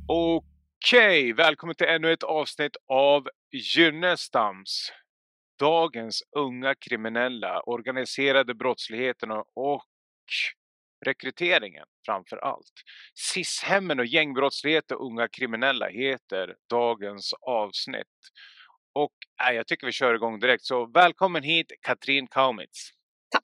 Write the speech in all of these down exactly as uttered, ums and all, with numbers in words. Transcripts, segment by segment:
Okej, välkommen till ännu ett avsnitt av Gynnestams. Dagens unga kriminella, organiserade brottsligheten och rekryteringen framför allt. S I S-hemmen och gängbrottslighet och unga kriminella heter dagens avsnitt. Och äh, jag tycker vi kör igång direkt. Så välkommen hit Katrin Kaumitz. Tack.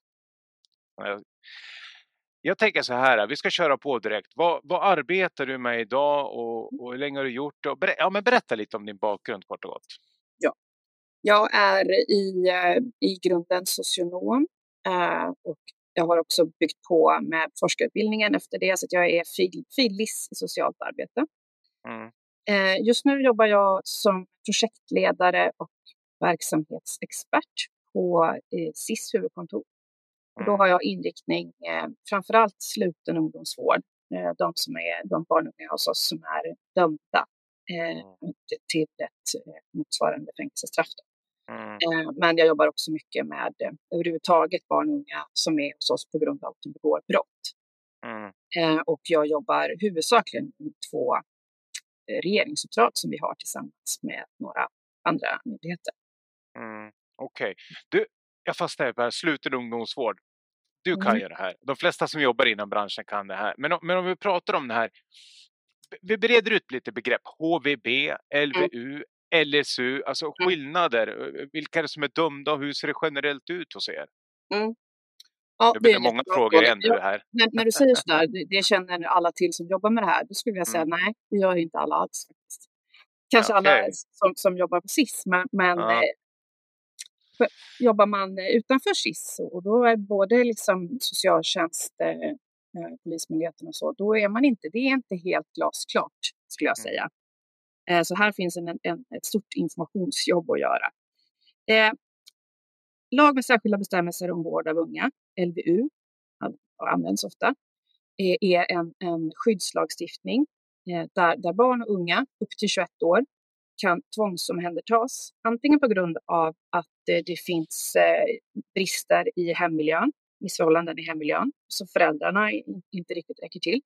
Jag tänker så här, vi ska köra på direkt. Vad, vad arbetar du med idag och, och hur länge har du gjort det? Och ber, ja, men berätta lite om din bakgrund kort och gott. Ja, jag är i, i grunden socionom eh, och jag har också byggt på med forskarutbildningen efter det, så att jag är filis i socialt arbete. Mm. Eh, just nu jobbar jag som projektledare och verksamhetsexpert på eh, S I S huvudkontor. Och då har jag inriktning eh, framförallt sluten ungdomsvård, eh, de som är de barn och unga hos oss som är dömda eh, till ett eh, motsvarande fängelsestraff. Mm. Eh, men jag jobbar också mycket med eh, överhuvudtaget barn och unga som är hos oss på grund av att de begår brott. Mm. Eh, och jag jobbar huvudsakligen med två eh, regeringsuppdrag som vi har tillsammans med några andra myndigheter. Mm. Okej. Okay. Du, jag fastnar på här, sluten ungdomsvård. Du kan Mm. ju det här. De flesta som jobbar inom branschen kan det här. Men om, men om vi pratar om det här. Vi bereder ut lite begrepp. H V B, L V U, L S U. Alltså skillnader. Vilka är det som är dömda och hur ser det generellt ut hos er? Mm. Ja, det blir blir många frågor igen ja, här. när, när du säger sådär, det, det känner alla till som jobbar med det här. Då skulle jag säga Mm. nej, det gör inte alla alls. Faktiskt. Kanske Okay. alla som, som jobbar på S I S, men, men ja. eh, jobbar man utanför S I S och då är både liksom socialtjänst, eh, polismyndigheten och så, då är man inte, det är inte helt glasklart skulle jag säga. Mm. Eh, så här finns en, en, ett stort informationsjobb att göra. Eh, lag med särskilda bestämmelser om vård av unga, L V U, används ofta, eh, är en, en skyddslagstiftning eh, där, där barn och unga upp till tjugoett år kan tvångsomhändertas, antingen på grund av att eh, det finns eh, brister i hemmiljön, missförhållanden i hemmiljön, så föräldrarna inte riktigt räcker till.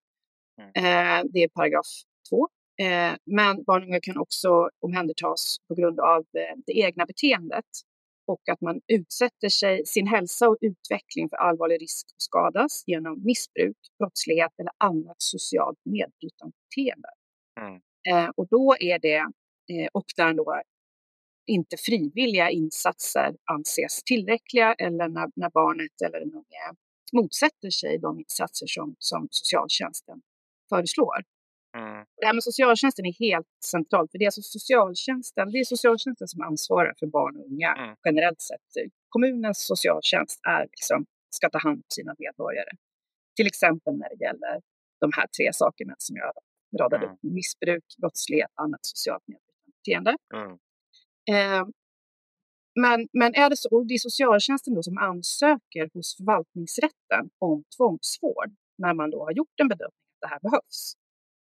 Eh, det är paragraf två. Eh, men barn och unga kan också omhändertas på grund av eh, det egna beteendet och att man utsätter sig, sin hälsa och utveckling för allvarlig risk att skadas genom missbruk, brottslighet eller annat socialt nedbrytande beteende. Mm. Eh, och då är det och där då inte frivilliga insatser anses tillräckliga eller när, när barnet eller den unge motsätter sig de insatser som, som socialtjänsten föreslår. Mm. Det här med socialtjänsten är helt centralt, för det är, alltså socialtjänsten, det är socialtjänsten som ansvarar för barn och unga mm. generellt sett. Kommunens socialtjänst är liksom, ska ta hand om sina medborgare. Till exempel när det gäller de här tre sakerna som jag radade upp. Mm. Missbruk, brottslighet, annat socialt nedbrytande. Mm. Eh, men, men är det så, och det är socialtjänsten då som ansöker hos förvaltningsrätten om tvångsvård när man då har gjort en bedömning att det här behövs.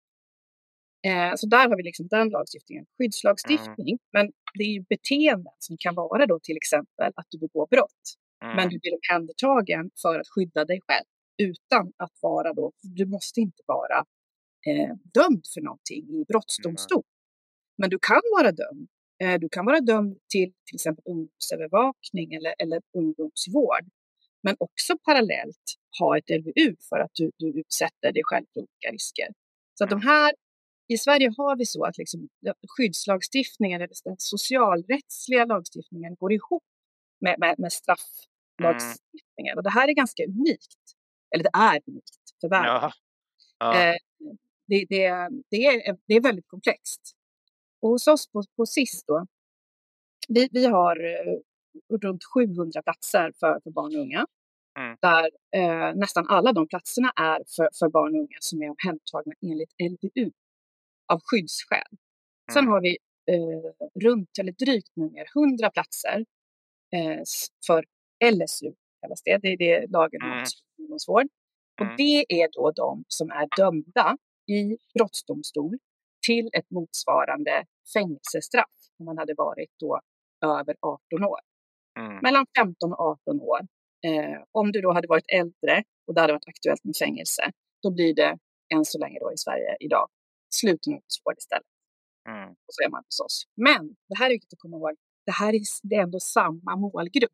Eh, så där har vi liksom den lagstiftningen, skyddslagstiftning, mm. men det är ju beteenden som kan vara då till exempel att du begår brott, mm. men du blir omhändertagen för att skydda dig själv utan att vara då, du måste inte vara eh, dömd för någonting i brottsdomstol. Mm. Men du kan vara dömd. Du kan vara dömd till till exempel ungdomsövervakning eller, eller ungdomsvård. Men också parallellt ha ett L V U för att du, du utsätter dig själv för olika risker. Så att de här, i Sverige har vi så att liksom, skyddslagstiftningen eller den socialrättsliga lagstiftningen går ihop med, med, med strafflagstiftningen. Mm. Och det här är ganska unikt. Eller det är unikt för världen. Ja. Ja. Eh, det, det, det, är, det är väldigt komplext. Och hos oss på, på S I S då, vi, vi har eh, runt sjuhundra platser för, för barn och unga. Mm. Där eh, nästan alla de platserna är för, för barn och unga som är omhändertagna enligt L V U av skyddsskäl. Mm. Sen har vi eh, runt eller drygt numera hundra platser eh, för L S U, kallas det. Det är det lagen om ungdomsvård. Mm. Och det är då de som är dömda i brottsdomstol till ett motsvarande fängelsestraff om man hade varit då över arton år. Mm. Mellan femton och arton år. Eh, om du då hade varit äldre och det hade varit aktuellt med fängelse, då blir det än så länge då i Sverige idag sluten ungdomsvård istället. Mm. Och så är man hos oss. Men det här är viktigt att komma ihåg. Det här är, det är ändå samma målgrupp.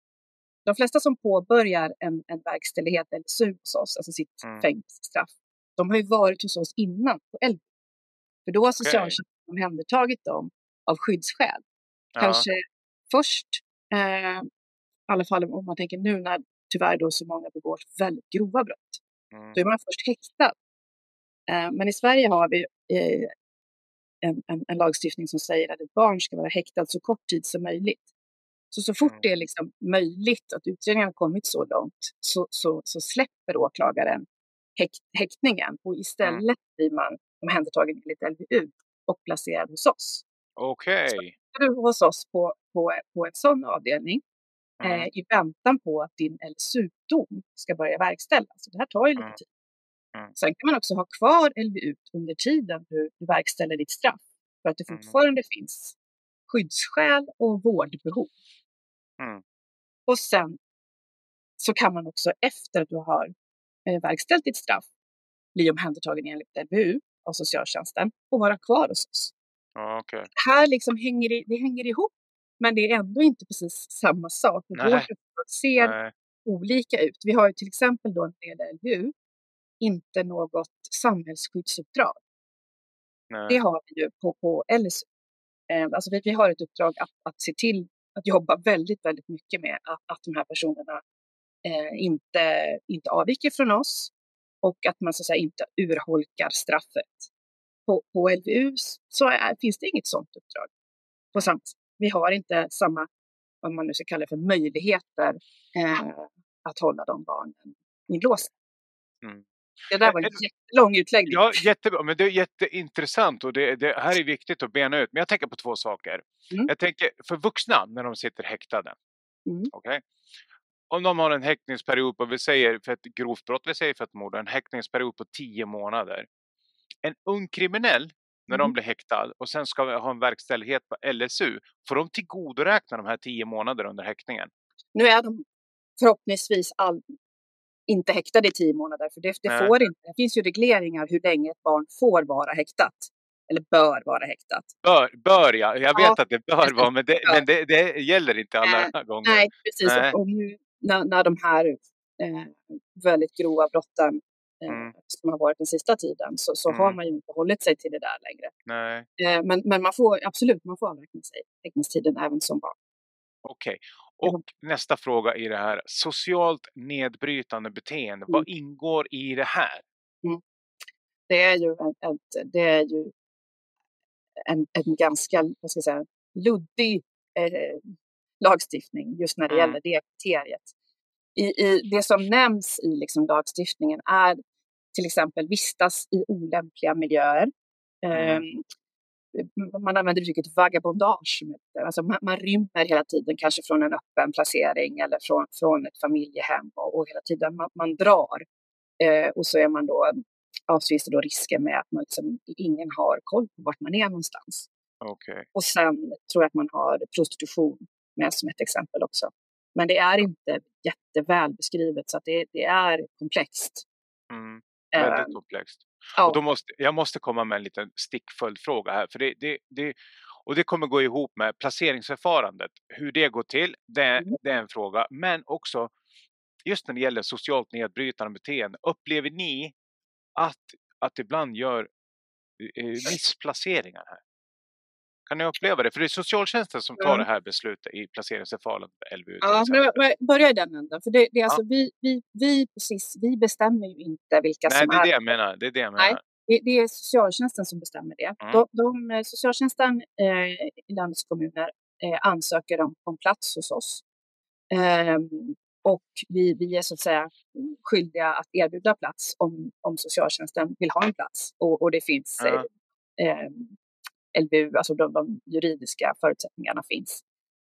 De flesta som påbörjar en, en verkställighet eller S U hos oss, alltså sitt Mm. fängelsestraff, de har ju varit hos oss innan på L V U. För då har socialtjänsten omhändertagit dem av skyddsskäl. Ja. Kanske först, eh, i alla fall om man tänker nu när tyvärr då så många begår väldigt grova brott. Mm. Då är man först häktad. Eh, men i Sverige har vi eh, en, en, en lagstiftning som säger att ett barn ska vara häktad så kort tid som möjligt. Så så fort Mm. det är liksom möjligt att utredningen har kommit så långt så, så, så släpper åklagaren häkt, häktningen och istället Mm. blir man omhändertagen enligt L V U och placerad hos oss. Okej. Så är du hos oss på, på, på en sån avdelning Mm. eh, i väntan på att din L S U-dom ska börja verkställas. Så det här tar ju lite Mm. tid. Mm. Sen kan man också ha kvar L V U under tiden du, du verkställer ditt straff. För att det Mm. fortfarande finns skyddsskäl och vårdbehov. Mm. Och sen så kan man också efter att du har eh, verkställt ditt straff bli omhändertagen enligt L V U av socialtjänsten och vara kvar hos oss. Ja, okej. Här liksom hänger det, det hänger ihop, men det är ändå inte precis samma sak. Och Nej. vårt uppdrag ser Nej. olika ut. Vi har ju till exempel då när det gäller L V U inte något samhällsskyddsuppdrag. Nej. Det har vi ju på, på L S U. Eh, alltså vi, vi har ett uppdrag att, att se till att jobba väldigt, väldigt mycket med att, att de här personerna eh, inte, inte avviker från oss och att man så att säga inte urholkar straffet. På, på L V U så är, finns det inget sådant uppdrag. På samma sätt. Vi har inte samma, vad man nu ska kalla det för, möjligheter eh, att hålla de barnen inlåsta. Mm. Det där var en jättelång utläggning. Ja, jättebra. Men det är jätteintressant och det, det här är viktigt att bena ut. Men jag tänker på två saker. Mm. Jag tänker för vuxna när de sitter häktade. Mm. Okay? Om de har en häktningsperiod på, vi säger för ett grovt brott, vi säger för ett mord, en häktningsperiod på tio månader. En ung kriminell, när Mm. de blir häktad och sen ska ha en verkställighet på L S U, får de tillgodoräkna de här tio månader under häktningen? Nu är de förhoppningsvis all, inte häktade i tio månader, för det, det får inte. Det finns ju regleringar hur länge ett barn får vara häktat. Eller bör vara häktat. Bör, bör ja. Jag vet Ja, att det bör vara, men, det, men det, det gäller inte alla äh, gånger. Nej, precis. Nej. Och nu när, när de här eh, väldigt grova brotten eh, Mm. som har varit den sista tiden så, så Mm. har man ju inte hållit sig till det där längre. Nej. Eh, men, men man får absolut, man får avräkna sig häktningstiden även som barn. Okej. Och Mm. nästa fråga i det här. Socialt nedbrytande beteende. Mm. Vad ingår i det här? Mm. Det är ju en, ett, det är ju en, en ganska, vad ska jag säga, luddig eh, lagstiftning just när det Mm. gäller det kriteriet. I, i, det som nämns i liksom lagstiftningen är till exempel vistas i olämpliga miljöer. Mm. Um, man använder uttrycket vagabondage. Alltså man, man rymmer hela tiden, kanske från en öppen placering eller från, från ett familjehem och, och hela tiden man, man drar. Uh, och så är man då, ja, så finns det då risker med att man liksom, ingen har koll på vart man är någonstans. Okay. Och sen tror jag att man har prostitution med som ett exempel också. Men det är inte jätteväl beskrivet så att det, det är komplext. Mm. Väldigt uh, komplext. Ja. Och då måste, jag måste komma med en liten stickföljdfråga här. För det, det, det, och det kommer gå ihop med placeringsförfarandet. Hur det går till, det, Mm. det är en fråga. Men också just när det gäller socialt nedbrytande beteende. Upplever ni att, att ibland gör eh, missplaceringar här? Kan ni uppleva det? För det är socialtjänsten som tar Mm. det här beslutet i placeringsförfarandet på L V U. Ja, men börja i den änden. För det, det är alltså Ja. vi, vi, vi, precis, vi bestämmer ju inte vilka Nej, som det är är... det jag menar. Det är det jag menar. Nej, det, det är socialtjänsten som bestämmer det. Mm. De, de, socialtjänsten eh, i landets kommuner eh, ansöker om, om plats hos oss. Ehm, och vi, vi är så att säga skyldiga att erbjuda plats om, om socialtjänsten vill ha en plats. Och, och det finns Ja. eh, L V U, alltså de, de juridiska förutsättningarna finns.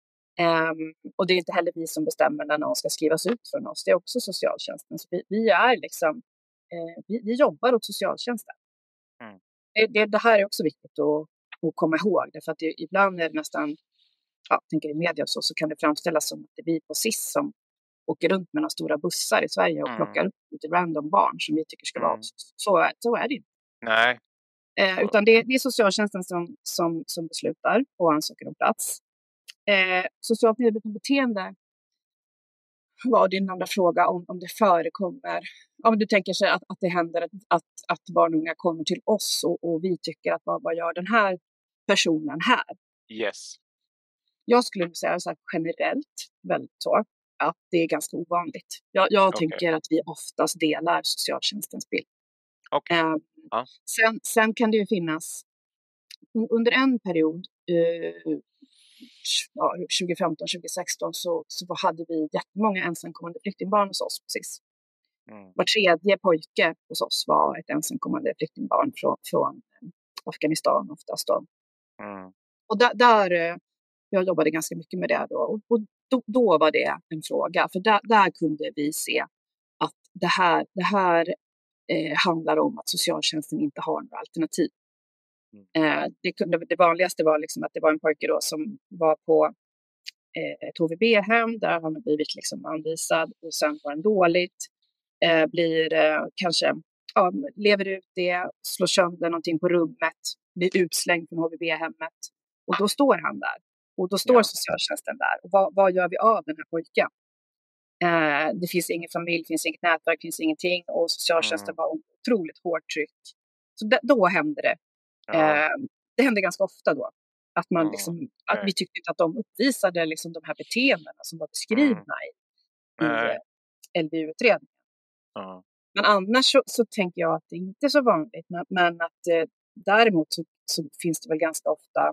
Um, och det är inte heller vi som bestämmer när någon ska skrivas ut från oss. Det är också socialtjänsten. Så vi, vi är liksom, eh, vi, vi jobbar åt socialtjänsten. Mm. Det, det, det här är också viktigt att, att komma ihåg. Därför att det, ibland är det nästan, ja, tänker i media och så, så kan det framställas som att det är vi på S I S som åker runt med några stora bussar i Sverige och Mm. plockar upp lite random barn som vi tycker ska Mm. vara. Så, så är det inte. Nej. Eh, utan det, det är socialtjänsten som, som, som beslutar och ansöker om plats. Eh, socialt nedbrytande beteende var din andra fråga, om, om det förekommer. Om du tänker sig att, att det händer att, att, att barn och unga kommer till oss och, och vi tycker att vad, vad gör den här personen här? Yes. Jag skulle nog säga så här, generellt väldigt så att det är ganska ovanligt. Jag, jag Okej. tänker att vi oftast delar socialtjänstens bild. Okej. Eh, Ja. sen, sen kan det ju finnas under en period eh, ja, tjugo femton tjugo sexton så, så hade vi jättemånga ensamkommande flyktingbarn hos oss precis. Mm. Var tredje pojke hos oss var ett ensamkommande flyktingbarn från, från Afghanistan oftast då. Mm. Och där, där eh, jag jobbade ganska mycket med det då. Och, och då, då var det en fråga. För där, där kunde vi se att det här, det här eh, handlar om att socialtjänsten inte har några alternativ. Eh, det, kunde, det vanligaste var liksom att det var en pojke då som var på eh, ett H V B-hem där han har blivit liksom anvisad och sen var han dåligt. Eh, blir eh, kanske, ja, lever ut det, slår sönder någonting på rummet, blir utslängd från H V B-hemmet. Och då står han där. Och då står Ja. socialtjänsten där. Och vad, vad gör vi av den här pojken? Eh, det finns ingen familj, finns inget nätverk, finns ingenting. Och socialtjänsten Mm. var otroligt hårt tryck. Så d- då hände det. Ja. Eh, det hände ganska ofta då. Att, man Ja, liksom, okej. att vi tyckte inte att de uppvisade liksom de här beteendena som var beskrivna i, i Nej. eh, L V U-utredningen. Ja. Men annars så, så tänker jag att det inte är så vanligt. Men, men att eh, däremot så, så finns det väl ganska ofta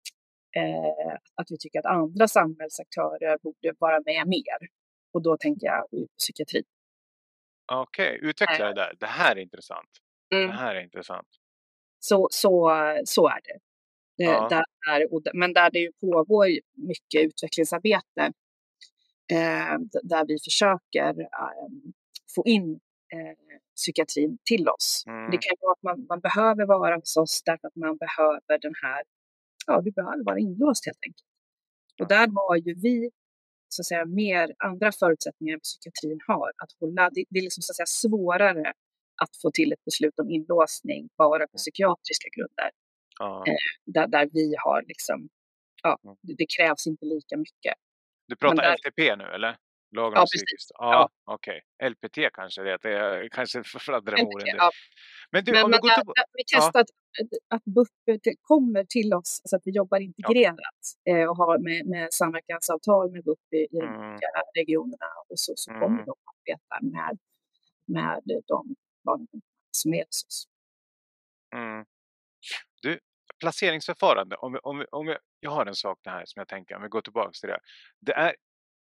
eh, att vi tycker att andra samhällsaktörer borde vara med mer. Och då tänker jag i psykiatri. Okej, utveckla det där. Det här är intressant. Mm. Det här är intressant. Så, så, så är det. det Ja. där, och, men där det ju pågår mycket utvecklingsarbete. Eh, där vi försöker eh, få in eh, psykiatrin till oss. Mm. Det kan vara att man, man behöver vara hos oss därför att man behöver den här, ja, du behöver vara inlåst helt enkelt. Och där har ju vi så att säga mer andra förutsättningar än psykiatrin har att hålla. Det, det är liksom så att säga svårare att få till ett beslut om inlåsning bara på psykiatriska grunder. Ja. Eh, där, där vi har liksom, ja, Mm. det, det krävs inte lika mycket. Du pratar Men där- L T P nu, eller? Lagen Ja, om precis. psykiskt. Ja, Ja. okej. L P T kanske det är. Det är kanske fladdrar med orden. Ja, Men du, men om men vi går där, till... där, vi Ja. testar att, att B U P kommer till oss så att vi jobbar integrerat eh, och har med, med samverkansavtal med B U P i, i de Mm. olika regionerna och så, så Mm. kommer de att arbeta med, med de barn som är hos oss. Mm. Du, placeringsförfarande. Om vi, om vi, om vi, jag har en sak här som jag tänker, om vi går tillbaka till det. Det är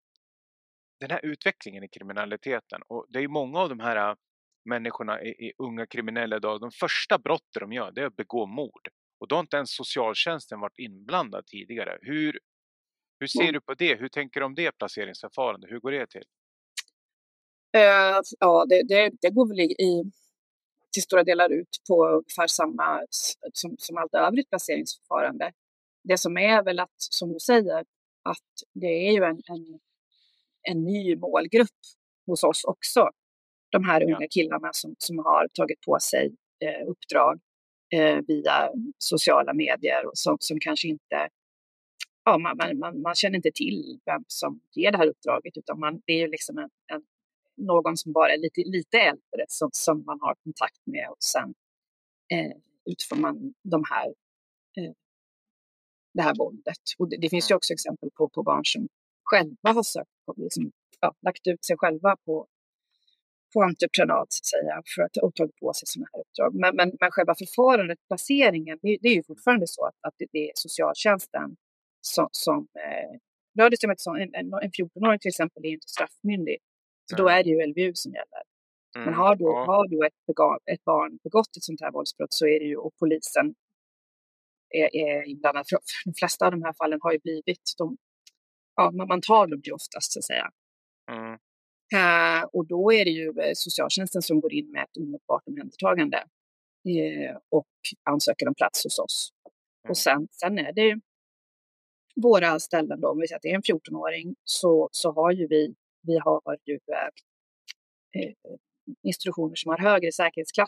den här utvecklingen i kriminaliteten. Och det är ju många av de här äh, människorna i, i unga kriminella idag. De första brotten de gör, det är att begå mord. Och då har inte ens socialtjänsten varit inblandad tidigare. Hur, hur ser Mm. du på det? Hur tänker du om det placeringsförfarande? Hur går det till? Eh, ja, det, det, det går väl i, i till stora delar ut på ungefär samma s- som, som allt övrigt placeringsförfarande. Det som är väl att, som du säger, att det är ju en, en, en ny målgrupp hos oss också. De här unga killarna som, som har tagit på sig eh, uppdrag eh, via sociala medier och som, som kanske inte, ja, man, man, man, man känner inte till vem som ger det här uppdraget, utan man, det är ju liksom en, en, någon som bara är lite, lite äldre som, som man har kontakt med, och sen eh, utför man de här, eh, det här våldet. Och det, det finns ju också exempel på, på barn som själva har sökt, liksom, ja, lagt ut sig själva på på entreprenad så att säga, för att och tagit på sig sådana här uppdrag. Men, men, men själva förfarandet, placeringen, det, det är ju fortfarande så att, att det, det är socialtjänsten som, som eh, rör det sig om ett, sånt- en, en, en fjorton-åring till exempel är ju inte straffmyndig. Så då Nej. är det ju L V U som gäller. Mm. Men har du, Ja. har du ett, bega, ett barn begått ett sånt här våldsbrott så är det ju, och polisen är, är inblandad. För de flesta av de här fallen har ju blivit, de, ja, man, man tar dem ju oftast så att säga. Mm. Uh, och då är det ju uh, socialtjänsten som går in med ett omedelbart omhändertagande uh, och ansöker om plats hos oss. Mm. Och sen, sen är det ju våra ställen då, om vi säger att det är en fjorton-åring, så, så har ju vi, vi har ju uh, uh, institutioner som har högre säkerhetsklass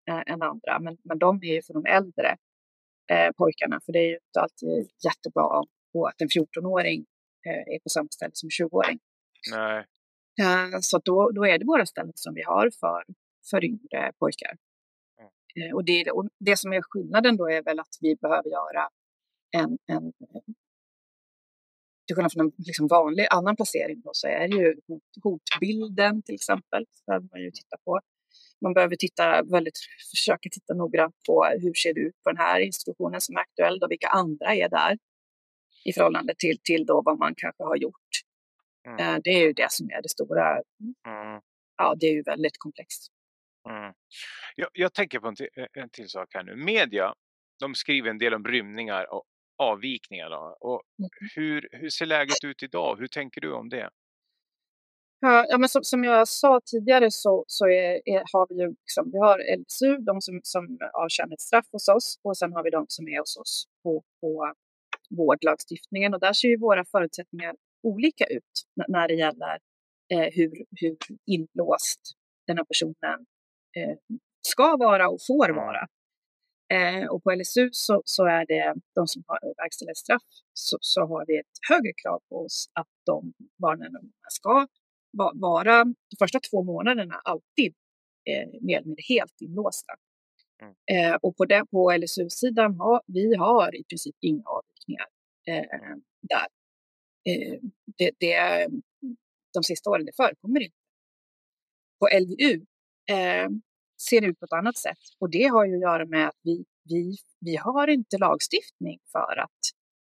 eh, än andra. Men, men de är ju för de äldre eh, pojkarna. För det är ju inte alltid jättebra på att en fjorton-åring eh, är på samma ställe som en tjugo-åring. Nej. Eh, så då, då är det våra ställen som vi har för, för yngre pojkar. Mm. Eh, och, det, och det som är skillnaden då är väl att vi behöver göra en, en till skillnad från en liksom vanlig annan placering då, så är det ju hot, hotbilden till exempel. Så behöver man ju titta på. Man behöver titta väldigt, försöka titta noggrant på hur ser det ut på den här institutionen som är aktuell och vilka andra är där i förhållande till, till då vad man kanske har gjort. Mm. Eh, det är ju det som är det stora. Mm. Ja, det är ju väldigt komplext. Mm. Jag, jag tänker på en till, en till sak här nu. Media, de skriver en del om rymningar och avvikningar då. Och Mm. hur, hur ser läget ut idag? Hur tänker du om det? Ja, ja men som, som jag sa tidigare så, så är, är, har vi ju liksom, vi har L S U, de som, som avtjänar ett straff hos oss, och sen har vi de som är hos oss på, på vårdlagstiftningen, och där ser ju våra förutsättningar olika ut n- när det gäller eh, hur, hur inlåst den här personen eh, ska vara och får Mm. vara. Eh, och på L S U så, så är det de som har verkställt straff, så, så har vi ett högre krav på oss att de barnen ska va, vara de första två månaderna alltid eh, mer eller mindre helt inlåsta. Mm. Eh, och på, det, på L S U-sidan har vi har i princip inga avvikningar eh, Mm. där. Eh, det, det, de sista åren det förekommer inte. På L V U eh, ser det ut på ett annat sätt. Och det har ju att göra med att vi, vi, vi har inte lagstiftning för att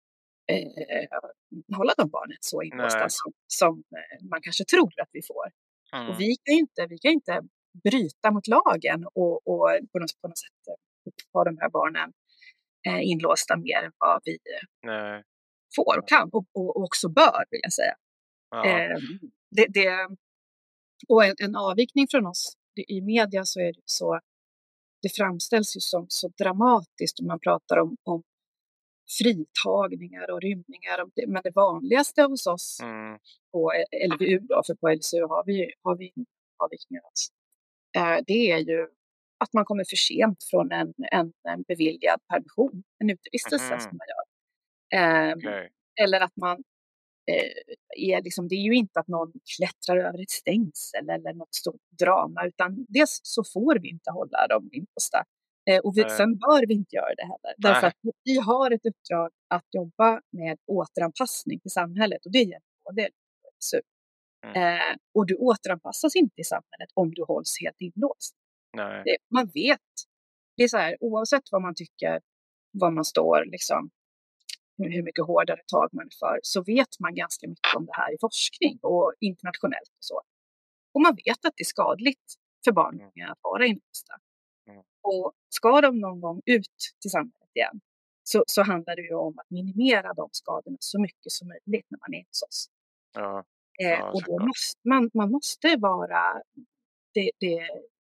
eh, hålla de barnen så inlåsta som, som eh, man kanske tror att vi får. Mm. Och vi kan inte, vi kan inte bryta mot lagen och, och på, något, på något sätt ha de här barnen eh, inlåsta mer än vad vi Nej. får och kan och, och, och också bör, vill jag säga. Ja. Eh, det, det, och en, en avvikning från oss det, i media så är det så, det framställs ju som så dramatiskt om man pratar om, om fritagningar och rymningar. Men det vanligaste hos oss Mm. på L V U då, för på L S U har vi, har vi avvikningar alls. Eh, det är ju att man kommer för sent från en, en, en beviljad permission, en utevistelse Mhm. som man gör. Eh, Okej. Eller att man eh, är liksom, det är ju inte att någon klättrar över ett stängsel eller något stort drama, utan dels så får vi inte hålla dem inlåsta. Eh, och vi, Nej. sen bör vi inte göra det heller. Därför Nej. att vi har ett uppdrag att jobba med återanpassning till samhället, och det gäller både L S U. Mm. Eh, och du återanpassas inte i samhället om du hålls helt inlåst. Nej. Det, man vet, det är så här, oavsett vad man tycker, vad man står, liksom, hur, hur mycket hårdare tag man är för, så vet man ganska mycket om det här i forskning och internationellt och så. Och man vet att det är skadligt för barn och unga att vara inlåsta. Mm. Och ska de någon gång ut till samhället igen, så, så handlar det ju om att minimera de skadorna så mycket som möjligt när man är hos oss. Ja. Eh, Ja, och då såklart. måste man, man måste vara det, det,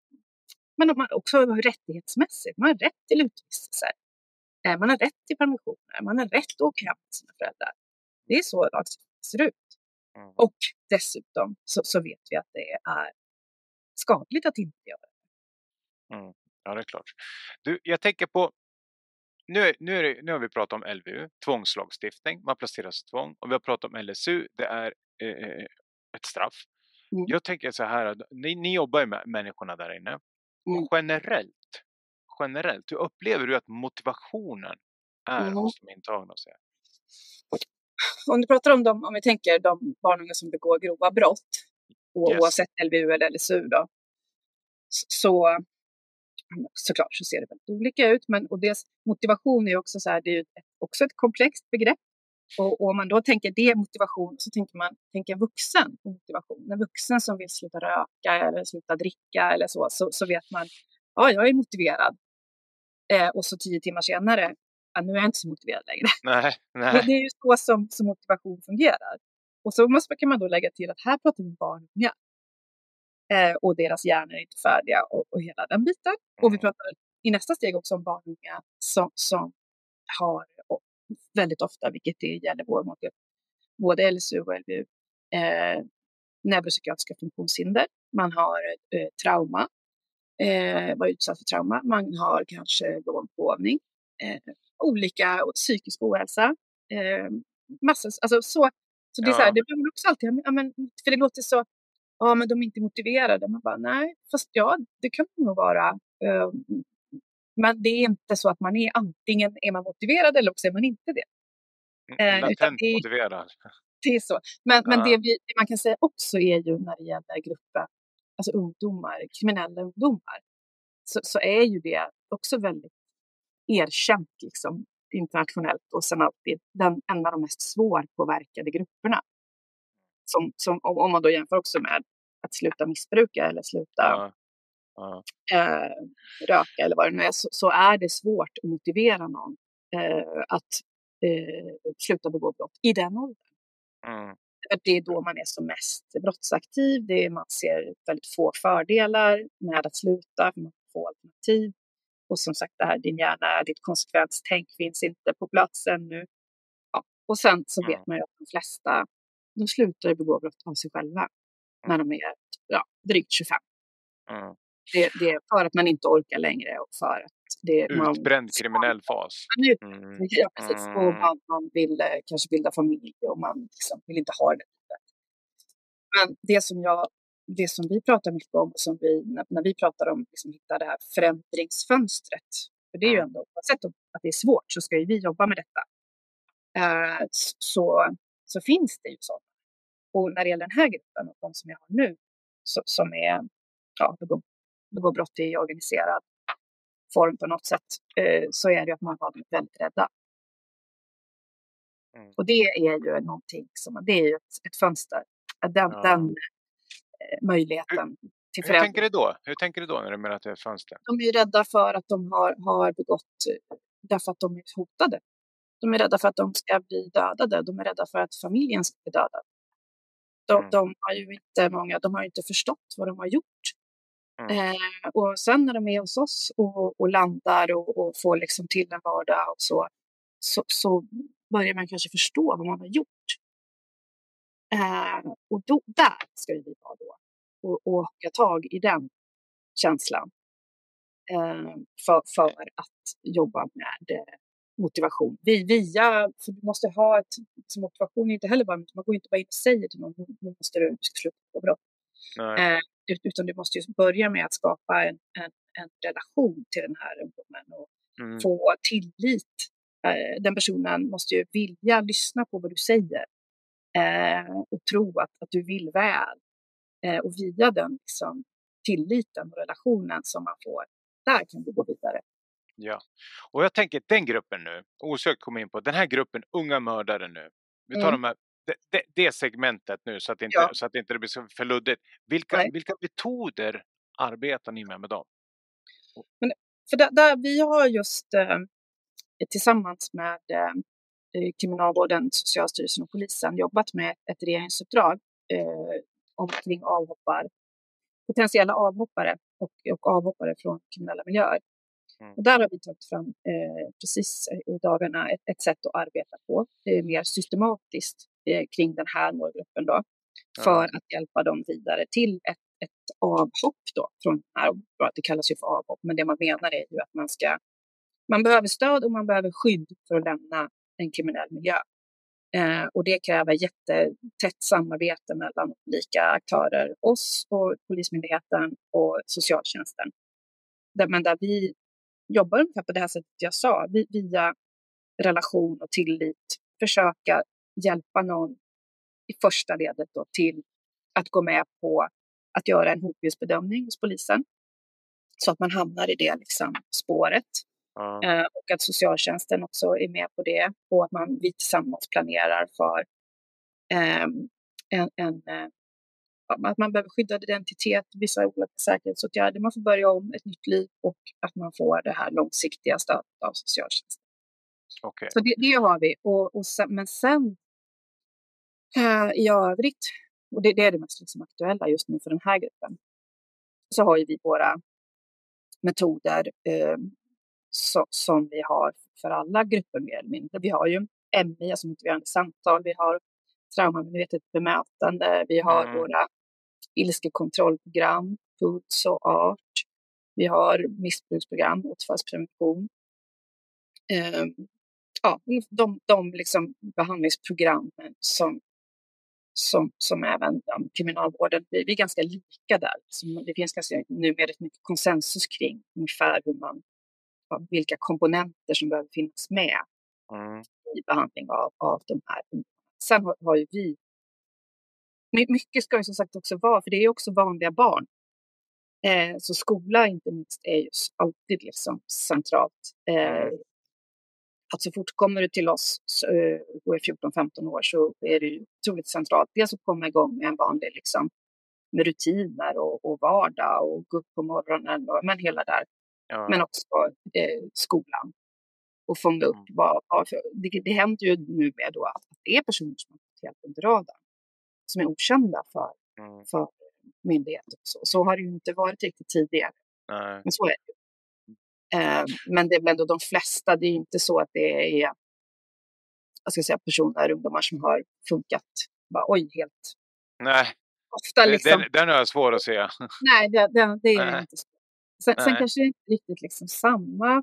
men man också rättighetsmässigt, man har rätt till utvistelser, eh, man har rätt till permissioner, man har rätt att åka hem till sina föräldrar. Det är så lagstiftningen ser ut. Mm. Och dessutom så, så vet vi att det är skadligt att inte göra det. Mm. Ja, det är klart. Du, jag tänker på nu, nu, är det, nu har vi pratat om L V U, tvångslagstiftning, man placeras i tvång, och vi har pratat om L S U, det är eh, ett straff. Mm. Jag tänker så här, att ni, ni jobbar ju med människorna där inne. Mm. Generellt, generellt, hur upplever du att motivationen är Mm. hos de intagna? Så här? Om du pratar om dem, om vi tänker de barn och unga som begår grova brott, och Yes. oavsett L V U eller L S U då, så såklart så ser det väldigt olika ut. Men, och deras motivation är också så här, det är ju ett, också ett komplext begrepp. Och, och om man då tänker det motivation, så tänker man tänker en vuxen motivation. En vuxen som vill sluta röka eller sluta dricka eller så, så, så vet man, ja, jag är motiverad. Eh, och så tio timmar senare, ja, nu är jag inte så motiverad längre. Nej, nej. Det, det är ju så som, som motivation fungerar. Och så måste, kan man då lägga till att här pratar vi om barn och unga. Eh, och deras hjärnor är inte färdiga och, och hela den biten. Och vi pratar i nästa steg också om barn och unga som, som har och väldigt ofta, vilket det gäller vår målgrupp, både L S U och L V U, eh, neuropsykiatriska funktionshinder. Man har eh, trauma. eh, var utsatt för trauma. Man har kanske låg begåvning, eh, olika psykisk ohälsa, eh, massor, alltså så, så det är så här, Ja. det behöver också alltid, ja, men, för det låter så, ja men de är inte motiverade. Man bara, nej, fast ja, det kan man nog vara. Eh, men det är inte så att man är, antingen är man motiverad eller också är man inte det. Eh, utan Latent det, motiverad. det är så. Men, men Ja. det, vi, det man kan säga också är ju när det gäller gruppen, alltså ungdomar, kriminella ungdomar, så, så är ju det också väldigt erkänt liksom, internationellt, och sen alltid den, en av de mest svårpåverkade grupperna. Som, som, om, om man då jämför också med att sluta missbruka eller sluta Ja. Ja. eh, röka eller vad det nu är, så, så är det svårt att motivera någon eh, att eh, sluta begå brott i den åldern. Mm. Det är då man är som mest brottsaktiv. Det är, man ser väldigt få fördelar med att sluta, för man får alternativ. Och som sagt, det här, din hjärna, ditt konsekvenstänk finns inte på plats ännu. Ja. Och sen så Mm. vet man ju att de flesta, de slutar begå brott av sig själva mm. när de är ja, drygt tjugofem. Mm. Det, det är för att man inte orkar längre och för att det man... Utbränd kriminell fas. Mm. Ja, precis. Mm. Och man, man vill eh, kanske bilda familj och man liksom vill inte ha det. Men det som, jag, det som vi pratar mycket om, som vi, när, när vi pratar om liksom, hitta det här förändringsfönstret, för det är ju ändå, oavsett att det är svårt så ska ju vi jobba med detta, eh, så, så finns det ju så. Och när det gäller den här gruppen och de som jag har nu, så, som är, ja, begår, begår brott i organiserad form på något sätt, eh, så är det att man var väldigt rädda. Mm. Och det är ju någonting som, det är ju ett, ett fönster. Den, ja. den eh, möjligheten hur, till förändring. Hur tänker du då? Hur tänker du då när du menar att det är ett fönster? De är ju rädda för att de har, har begått, därför att de är hotade. De är rädda för att de ska bli dödade. De är rädda för att familjen ska bli dödad. De, mm. de har ju inte många, de har inte förstått vad de har gjort. Mm. Eh, och sen när de är hos oss och, och landar och, och får liksom till en vardag och så, så, så börjar man kanske förstå vad man har gjort. Eh, och då, där ska vi vara då. Och, och ha tag i den känslan. Eh, för, för att jobba med eh, motivation. Vi, via, för du måste ha ett, så motivation är inte heller bara, man går inte bara in och säger till någon, nu måste du sluta på brott. Eh, utan du måste ju börja med att skapa en, en, en relation till den här ungdomen och mm. få tillit. Eh, den personen måste ju vilja lyssna på vad du säger eh, och tro att, att du vill väl. Eh, och via den liksom, tilliten och relationen som man får, där kan du gå vidare. Ja, och jag tänker den gruppen nu, osökt komma in på den här gruppen unga mördare nu. Vi tar mm. de här, det, det, det segmentet nu så att, inte, ja. så att inte det blir så för luddigt. Vilka, vilka metoder arbetar ni med med dem? Men, för där, där vi har just eh, tillsammans med eh, Kriminalvården, Socialstyrelsen och polisen jobbat med ett regeringsuppdrag eh, omkring avhoppar, potentiella avhoppare och, och avhoppare från kriminella miljöer. Mm. Och där har vi tagit fram eh, precis i dagarna ett, ett sätt att arbeta på. Det är mer systematiskt eh, kring den här målgruppen då. För mm. att hjälpa dem vidare till ett, ett avhopp då. Från här, det kallas ju för avhopp, men det man menar är ju att man ska, man behöver stöd och man behöver skydd för att lämna en kriminell miljö. Eh, och det kräver jättetätt samarbete mellan olika aktörer, oss och Polismyndigheten och socialtjänsten. Där, men där vi jobbar ungefär på det här sättet jag sa, via relation och tillit, försöka hjälpa någon i första ledet då till att gå med på att göra en hotbildsbedömning hos polisen så att man hamnar i det liksom, spåret. Mm. Eh, och att socialtjänsten också är med på det och att man, vi tillsammans planerar för eh, en, en eh, att man behöver skyddad identitet, vissa olika säkerhetsåtgärder, man får börja om ett nytt liv och att man får det här långsiktiga stödet av socialtjänsten. Okay. Så det, det har vi. Och, och sen, men sen äh, i övrigt, och det, det är det mest liksom aktuella just nu för den här gruppen, så har ju vi våra metoder äh, så, som vi har för alla grupper mer eller mindre. Vi har ju M I, alltså motiverande samtal, vi har traumamedvetet bemötande, vi har mm. våra ilskekontrollprogram, Puls och Art. Vi har missbruksprogram, återfallsprevention. Eh, ja, de, de liksom behandlingsprogrammen som, som, som även ja, kriminalvården, vi, vi är ganska lika där. Så det finns ganska numera rätt mycket konsensus kring ungefär hur man, ja, vilka komponenter som behöver finnas med Mm. i behandling av, av de här. Sen har, har ju vi, mycket ska ju som sagt också vara, för det är också vanliga barn. Eh, så skola inte minst är ju alltid liksom centralt. Eh, Mm. Att så fort kommer du till oss så, eh, och är fjorton femton år så är det ju otroligt centralt. Dels att komma igång med en vanlig liksom, med rutiner och, och vardag och gå upp på morgonen och men hela där. Ja. Men också eh, skolan. Och fånga upp Mm. vad, vad för, det, det händer ju nu med då att det är personer som har gått helt under radarn. Som är okända för, Mm. för myndigheter. Så, så har det ju inte varit riktigt tidigare. Nej. Men så är det ju. Eh, men det, men då de flesta, det är inte så att det är jag ska säga, personer, ungdomar som har funkat. Bara, oj, helt. Nej. Ofta liksom. Den, den är svår att se. Nej, det, det, det är Nej. inte så. Sen, sen Nej. kanske det inte riktigt liksom samma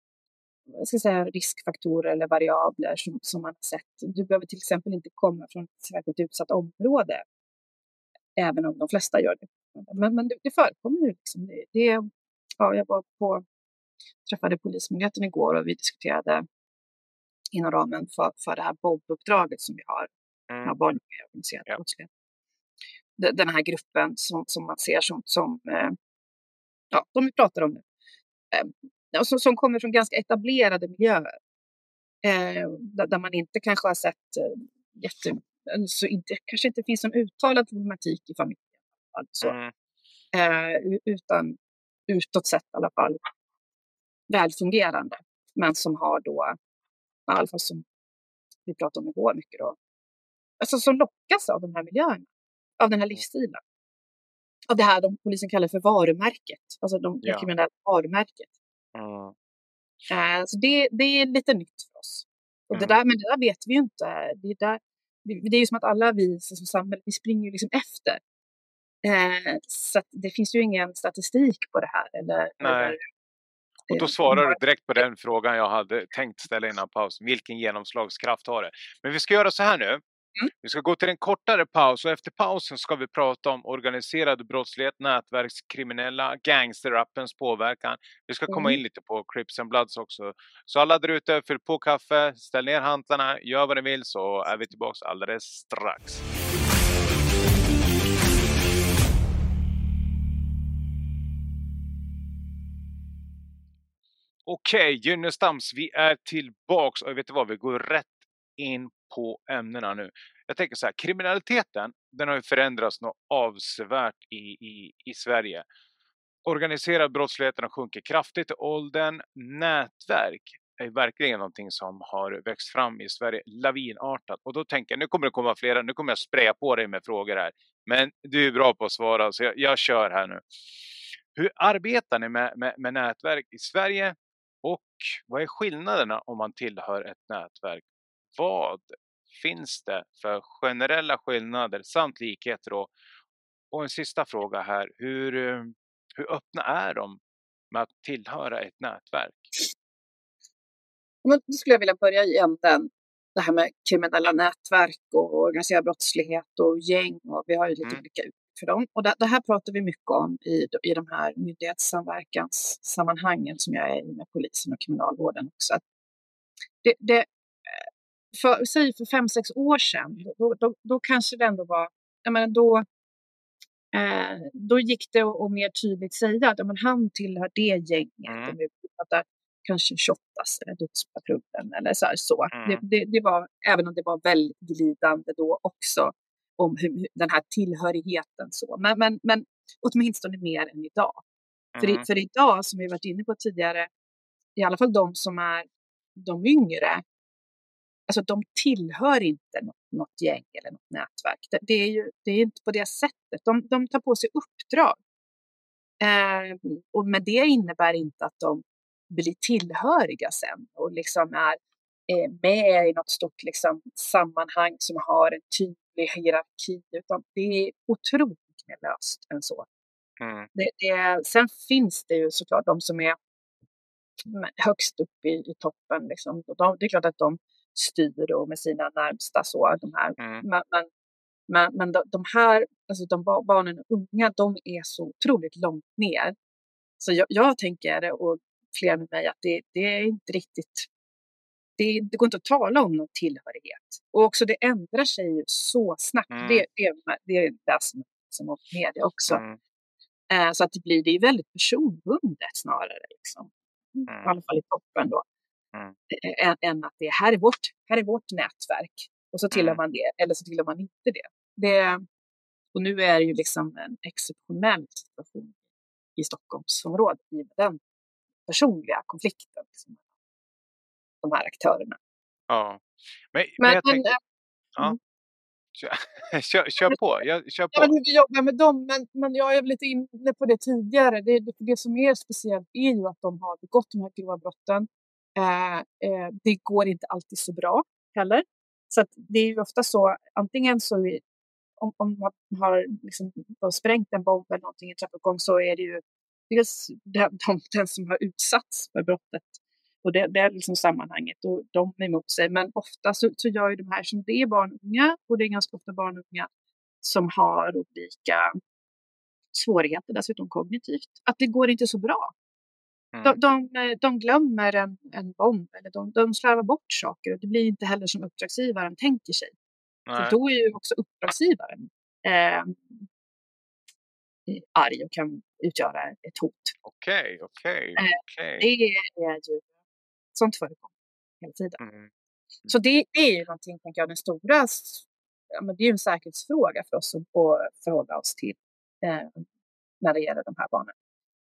jag ska säga, riskfaktorer eller variabler som, som man har sett. Du behöver till exempel inte komma från ett särskilt utsatt område. Även om de flesta gör det. Men, men det, det förekommer ju liksom. Det, det, ja, jag var på, träffade Polismyndigheten igår och vi diskuterade inom ramen för, för det här B O B-uppdraget som vi har. Mm. Ja, barnorganiserad Ja. brottslighet. Den här gruppen som, som man ser som, som eh, ja, de vi pratar om nu. Eh, som, som kommer från ganska etablerade miljöer. Eh, där, där man inte kanske har sett eh, jätte, så inte, kanske inte finns någon uttalad problematik i familjen. Alltså, Mm. eh, utan utåt sett i alla fall välfungerande. Men som har då, i alla fall som vi pratade om igår mycket då, alltså som lockas av de här miljöerna, av den här livsstilen. Av det här de polisen kallar för varumärket, alltså de, Ja. de kriminella varumärket. Mm. Eh, så det, det är lite nytt för oss. Och det Mm. där, men det där vet vi ju inte. Det är, där, det, det är ju som att alla vi som samhälle, vi springer ju liksom efter. Eh, så att det finns ju ingen statistik på det här. Eller, Nej. eller, Och då eh, svarar du direkt på den frågan jag hade tänkt ställa innan pausen. Vilken genomslagskraft har det? Men vi ska göra så här nu. Mm. Vi ska gå till en kortare paus och efter pausen ska vi prata om organiserad brottslighet, nätverkskriminella, gangsterappens påverkan. Vi ska komma Mm. in lite på Crips and Bloods också. Så alla där ute, fyll på kaffe, ställ ner hantlarna, gör vad ni vill så är vi tillbaka alldeles strax. Okej, Gynnestams, vi är tillbaks och vet du vad, vi går rätt in på ämnena nu. Jag tänker så här, kriminaliteten, den har ju förändrats något avsevärt i, i, i Sverige. Organiserad brottsligheten har sjunkit kraftigt i åldern. Nätverk är verkligen någonting som har växt fram i Sverige lavinartat. Och då tänker jag, nu kommer det komma flera, nu kommer jag spraya på dig med frågor här. Men du är bra på att svara så jag, jag kör här nu. Hur arbetar ni med, med, med nätverk i Sverige? Och vad är skillnaderna om man tillhör ett nätverk? Vad finns det för generella skillnader samt likheter då? Och en sista fråga här. Hur, hur öppna är de med att tillhöra ett nätverk? Men då skulle jag vilja börja i änden. Det här med kriminella nätverk och organiserad brottslighet och gäng. Och vi har ju lite Mm. olika uttryck för dem. Och det, det här pratar vi mycket om i, i de här myndighetssamverkanssammanhangen som jag är i med polisen och kriminalvården också. Det, det, för, säg för fem, sex år sedan, då, då, då kanske det ändå var, jag menar, då, eh, då gick det att, att mer tydligt säga att men, han tillhör det gänget. Mm. Om vi pratar kanske Shottaz eller Dödspatrullen eller så. Här, så. Mm. Det, det, det var, även om det var väldigt glidande då också om hur, den här tillhörigheten. Så. Men, men, men åtminstone mer än idag. Mm. För, i, för idag, som vi varit inne på tidigare, i alla fall de som är de yngre, alltså de tillhör inte något, något gäng eller något nätverk. Det, det, är ju det är inte på det sättet. De, de tar på sig uppdrag. Eh, och men det innebär inte att de blir tillhöriga sen och liksom är eh, med i något stort liksom, sammanhang som har en tydlig hierarki. Utan det är otroligt mer löst än så. Mm. Det, det, sen finns det ju såklart de som är högst upp i, i toppen. Liksom. De, det är klart att de styr då med sina närmsta. Så, de här. Mm. Men, men, men, men de, de här, alltså de barnen och unga, de är så otroligt långt ner. Så jag, jag tänker, och fler med mig, att det, det är inte riktigt... Det, det går inte att tala om någon tillhörighet. Och också det ändrar sig ju så snabbt. Mm. Det, det, det är det som, som är media också. Mm. Eh, så att det blir det är väldigt personbundet snarare. Liksom. Mm. I alla fall i toppen då. Mm. Än, än att det är här är, vårt, här är vårt nätverk. Och så tillhör Mm. man det. Eller så tillhör man inte det. det. Och nu är det ju liksom en exceptionell situation i Stockholmsområdet. I den personliga konflikten. Liksom. De här aktörerna. Ja. Men, men, Men, jag men, tänkte... äh, Ja. mm. Kör, kör, kör på. Jag, kör på. Ja, men hur vi jobbar med dem, men, men jag är lite inne på det tidigare. Det, det, det som är speciellt är ju att de har begått de här grova brotten. Eh, eh, det går inte alltid så bra heller. Så att det är ju ofta så, antingen så är, om, om man har liksom, sprängt en bomb eller någonting i trappuppgång, så är det ju dels den, de, den som har utsatts för brottet. Och det, det är liksom sammanhanget och de är emot sig. Men ofta så, så gör ju de här som det är barn och unga, och det är ganska ofta barn och unga som har olika svårigheter dessutom kognitivt. Att det går inte så bra. Mm. De, de, de glömmer en, en bomb eller de, de slarvar bort saker och det blir inte heller som uppdragsgivaren tänker sig. För då är ju också uppdragsgivaren eh, arg och kan utgöra ett hot. Okej, okej, Eh, okej. Det är ju sånt förekommer hela tiden. Mm. Så det, det är ju någonting, tänker jag, den stora, ja, men det är ju en säkerhetsfråga för oss att förhålla oss till eh, när det gäller de här barnen.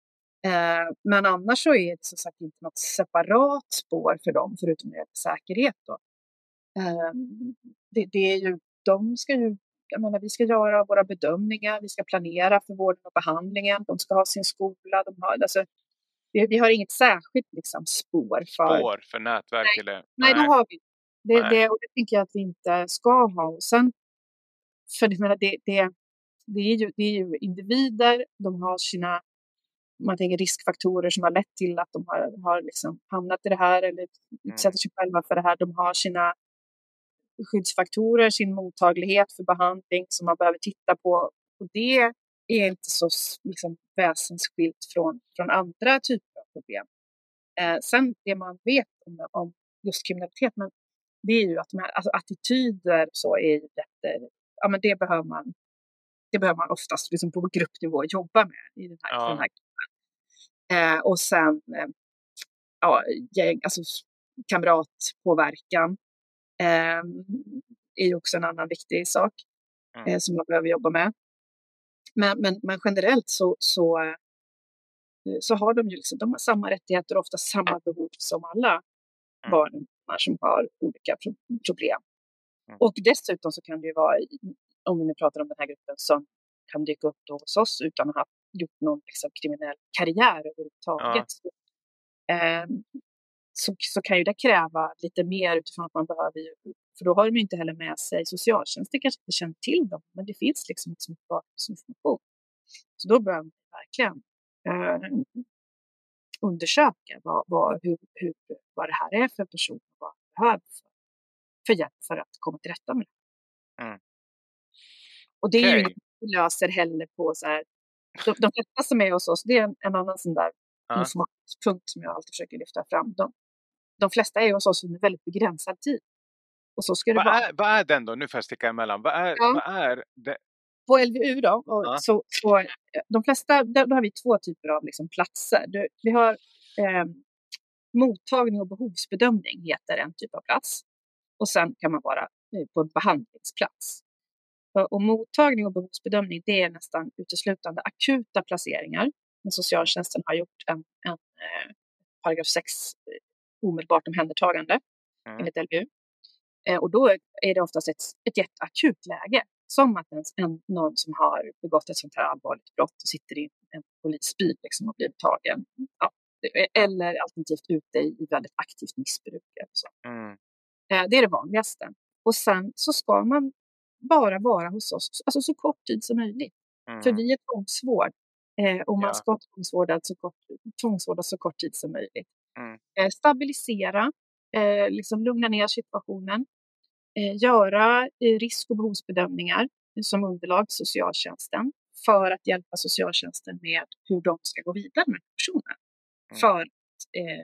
Eh, men annars så är det som sagt inte något separat spår för dem, förutom det säkerhet då. Eh, det, det är ju, de ska ju, jag menar, vi ska göra våra bedömningar, vi ska planera för vården och behandlingen, de ska ha sin skola, de har, alltså, vi, vi har inget särskilt liksom, spår för... Spår för nätverk nej, eller... Nej, det har vi det, nej. det, och det tänker jag att vi inte ska ha. Och sen, för jag menar, det, det, det, är ju, det är ju individer, de har sina, man tänker riskfaktorer som har lett till att de har, har liksom hamnat i det här eller utsätter sig själva för det här. De har sina skyddsfaktorer, sin mottaglighet för behandling som man behöver titta på. Och det är inte så liksom, väsensskilt från, från andra typer av problem. Eh, sen det man vet om, om just kriminalitet, men det är ju att de här alltså attityder så är ju jätte, ja men det behöver man det behöver man oftast liksom på gruppnivå jobba med i den här, Ja. den här gruppen. Eh, och sen eh, ja, gäng, alltså kamratpåverkan eh, är ju också en annan viktig sak Mm. eh, som man behöver jobba med. Men, men, men generellt så, så, eh, så har de ju liksom, de har samma rättigheter och ofta samma behov som alla Mm. barn som har olika pro- problem. Mm. Och dessutom så kan det ju vara, om vi nu pratar om den här gruppen som kan dyka upp då hos oss utan att ha gjort någon liksom, kriminell karriär överhuvudtaget. Ja. Eh, så, så kan ju det kräva lite mer utifrån att man behöver ju, för då har de ju inte heller med sig socialtjänsten, kanske inte känner till dem, men det finns liksom inte så mycket bakgrundsinformation. Så då behöver man verkligen eh, undersöka vad, vad, hur, hur, vad det här är för person, vad man behöver för, för hjälp för att komma till rätta med det. Mm. Och det är Okay. ju inget vi löser heller på så här, de, de flesta som är hos oss, det är en, en annan sån där Ja. informationspunkt som jag alltid försöker lyfta fram. De, de flesta är hos oss under väldigt begränsad tid. Och så ska det Vad vara. är, vad är den då? Nu får jag sticka emellan. Vad är, Ja. vad är det? På L V U då, och Ja. så, så de flesta, där, då har vi två typer av liksom platser. Det, vi har eh, mottagning och behovsbedömning heter en typ av plats. Och sen kan man vara eh, på en behandlingsplats. Och, och mottagning och behovsbedömning, det är nästan uteslutande akuta placeringar. Men socialtjänsten har gjort en, en eh, paragraf sex eh, omedelbart omhändertagande Mm. enligt L V U. Eh, och då är det oftast ett, ett jätteakut läge. Som att en, en, någon som har begått ett sånt här allvarligt brott och sitter i en polisbil liksom, och blir tagen. Ja, eller alternativt ute i, i väldigt aktivt missbruk. Eller så. Mm. Eh, det är det vanligaste. Och sen så ska man bara vara hos oss alltså så kort tid som möjligt. Mm. För vi är tvångsvård. Eh, och man Ja. ska tvångsvårdas så kort, tvångsvårdas så kort tid som möjligt. Mm. Eh, stabilisera, eh, liksom lugna ner situationen. Eh, göra eh, risk- och behovsbedömningar som underlag till socialtjänsten för att hjälpa socialtjänsten med hur de ska gå vidare med personen. Mm. För att eh,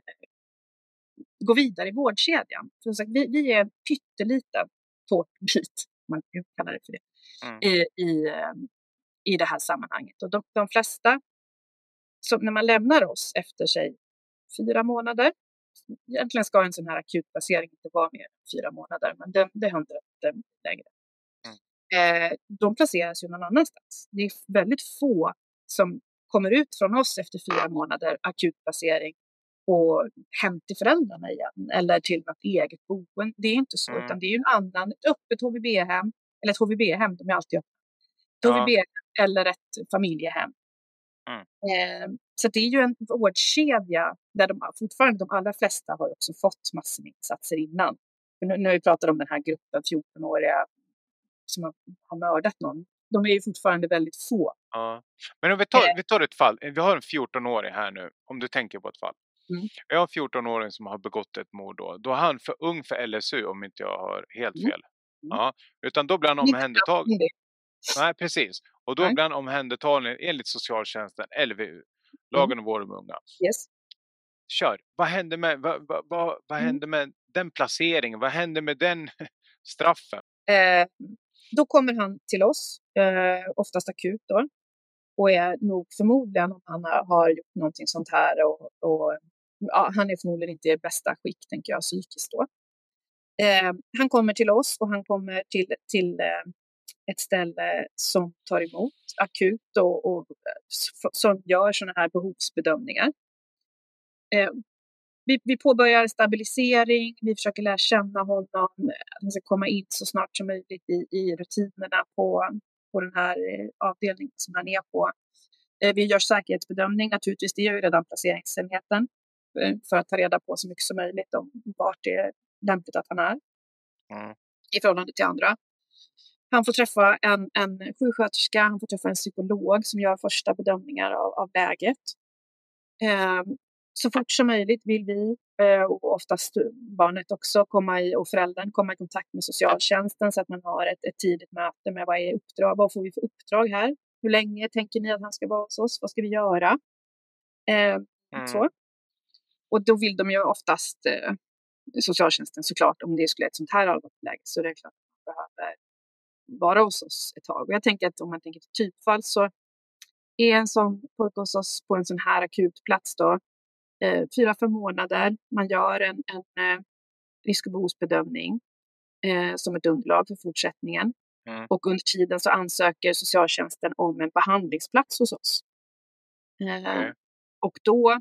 gå vidare i vårdkedjan. För sagt, vi, vi är en pytteliten tårtbit, man kan kalla det för det, Mm. i, i, eh, i det här sammanhanget. Och de, de flesta, som när man lämnar oss efter sig fyra månader, egentligen ska en sån här akutplacering inte vara mer än fyra månader, men det, det händer inte längre. Mm. Eh, de placeras ju någon annanstans. Det är väldigt få som kommer ut från oss efter fyra månader akutplacering och hem till föräldrarna igen eller till något eget boende. Det är inte så, Mm. utan det är ju en annan, ett öppet H V B-hem, eller ett H V B-hem, de är alltid öppna. Ett Ja. H V B eller ett familjehem. Mm. Eh, så det är ju en vårdkedja där de fortfarande, de allra flesta har också fått massor med insatser innan. För nu, nu har vi pratat om den här gruppen fjorton-åriga som har, har mördat någon. De är ju fortfarande väldigt få. Ja. Men om vi tar, Eh. vi tar ett fall. Vi har en fjorton-åring här nu, om du tänker på ett fall. Mm. Jag har en fjorton-åring som har begått ett mord då. Då är han för ung för L S U, om inte jag har helt Mm. fel. Mm. Ja. Utan då blir han omhändertagen. Nej, precis. Och då Nej. blir han omhändertagen enligt socialtjänsten, L V U. Lagen Mm. om vård om unga. Yes. Kör. Vad händer med, vad, vad, vad, vad Mm. händer med den placeringen? Vad händer med den straffen? Eh, då kommer han till oss, eh, oftast akut då. Och är nog förmodligen, om han har gjort någonting sånt här, och, och ja, han är förmodligen inte i bästa skick, tänker jag, psykiskt då. Eh, han kommer till oss och han kommer till, till eh, ett ställe som tar emot akut och, och som gör sådana här behovsbedömningar. Eh, vi, vi påbörjar stabilisering, vi försöker lära känna honom, att han ska komma in så snart som möjligt i, i rutinerna på, på den här eh, avdelningen som han är på. Eh, vi gör säkerhetsbedömning, naturligtvis, det gör ju redan placeringsenheten, eh, för att ta reda på så mycket som möjligt om vart det är lämpligt att han är Mm. i förhållande till andra. Han får träffa en, en sjuksköterska, han får träffa en psykolog som gör första bedömningar av, av läget. Eh, så fort som möjligt vill vi, eh, och oftast barnet också, komma i, och föräldern komma i kontakt med socialtjänsten så att man har ett, ett tidigt möte med vad är uppdrag, vad får vi för uppdrag här? Hur länge tänker ni att han ska vara hos oss? Vad ska vi göra? Eh, Mm. så. Och då vill de ju oftast, eh, socialtjänsten såklart, om det skulle vara ett sånt här allvarligt läge, så det är klart att man behöver vara hos oss ett tag. Och jag tänker att om man tänker till typfall, så är en sån pojke hos oss på en sån här akutplats då eh, fyra, fem månader. Man gör en, en eh, risk- och behovsbedömning eh, som ett underlag för fortsättningen. Mm. Och under tiden så ansöker socialtjänsten om en behandlingsplats hos oss. Eh, Okay. och då,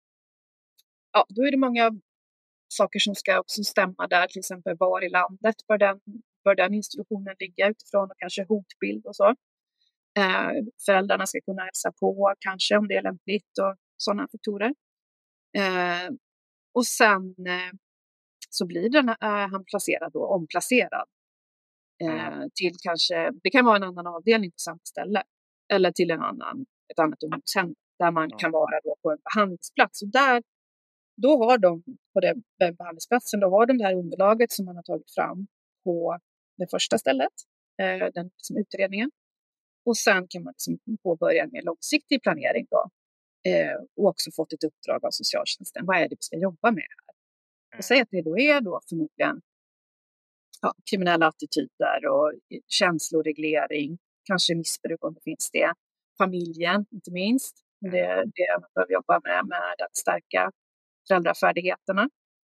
ja, då är det många saker som ska också stämma där, till exempel var i landet bör den, bör den institutionen ligga utifrån, och kanske hotbild och så. Eh, föräldrarna ska kunna hälsa på, kanske, om det är lämpligt, och sådana faktorer. Eh, och sen eh, så blir den, eh, han placerad då, omplacerad eh, Mm. till kanske, det kan vara en annan avdelning på samma ställe, eller till en annan, ett annat ungdomshem där man Mm. kan vara då på en behandlingsplats. Och där, då har de på den, den behandlingsplatsen, då har de det här underlaget som man har tagit fram på det första stället, eh, den liksom, utredningen. Och sen kan man liksom påbörja en mer långsiktig planering då. Eh, och också fått ett uppdrag av socialtjänsten. Vad är det vi ska jobba med här? Och säg att det då är då förmodligen ja, kriminella attityder och känsloreglering, kanske missbruk om det finns det. Familjen, inte minst. Det, det man behöver jobba med, med att stärka föräldrafärdigheterna.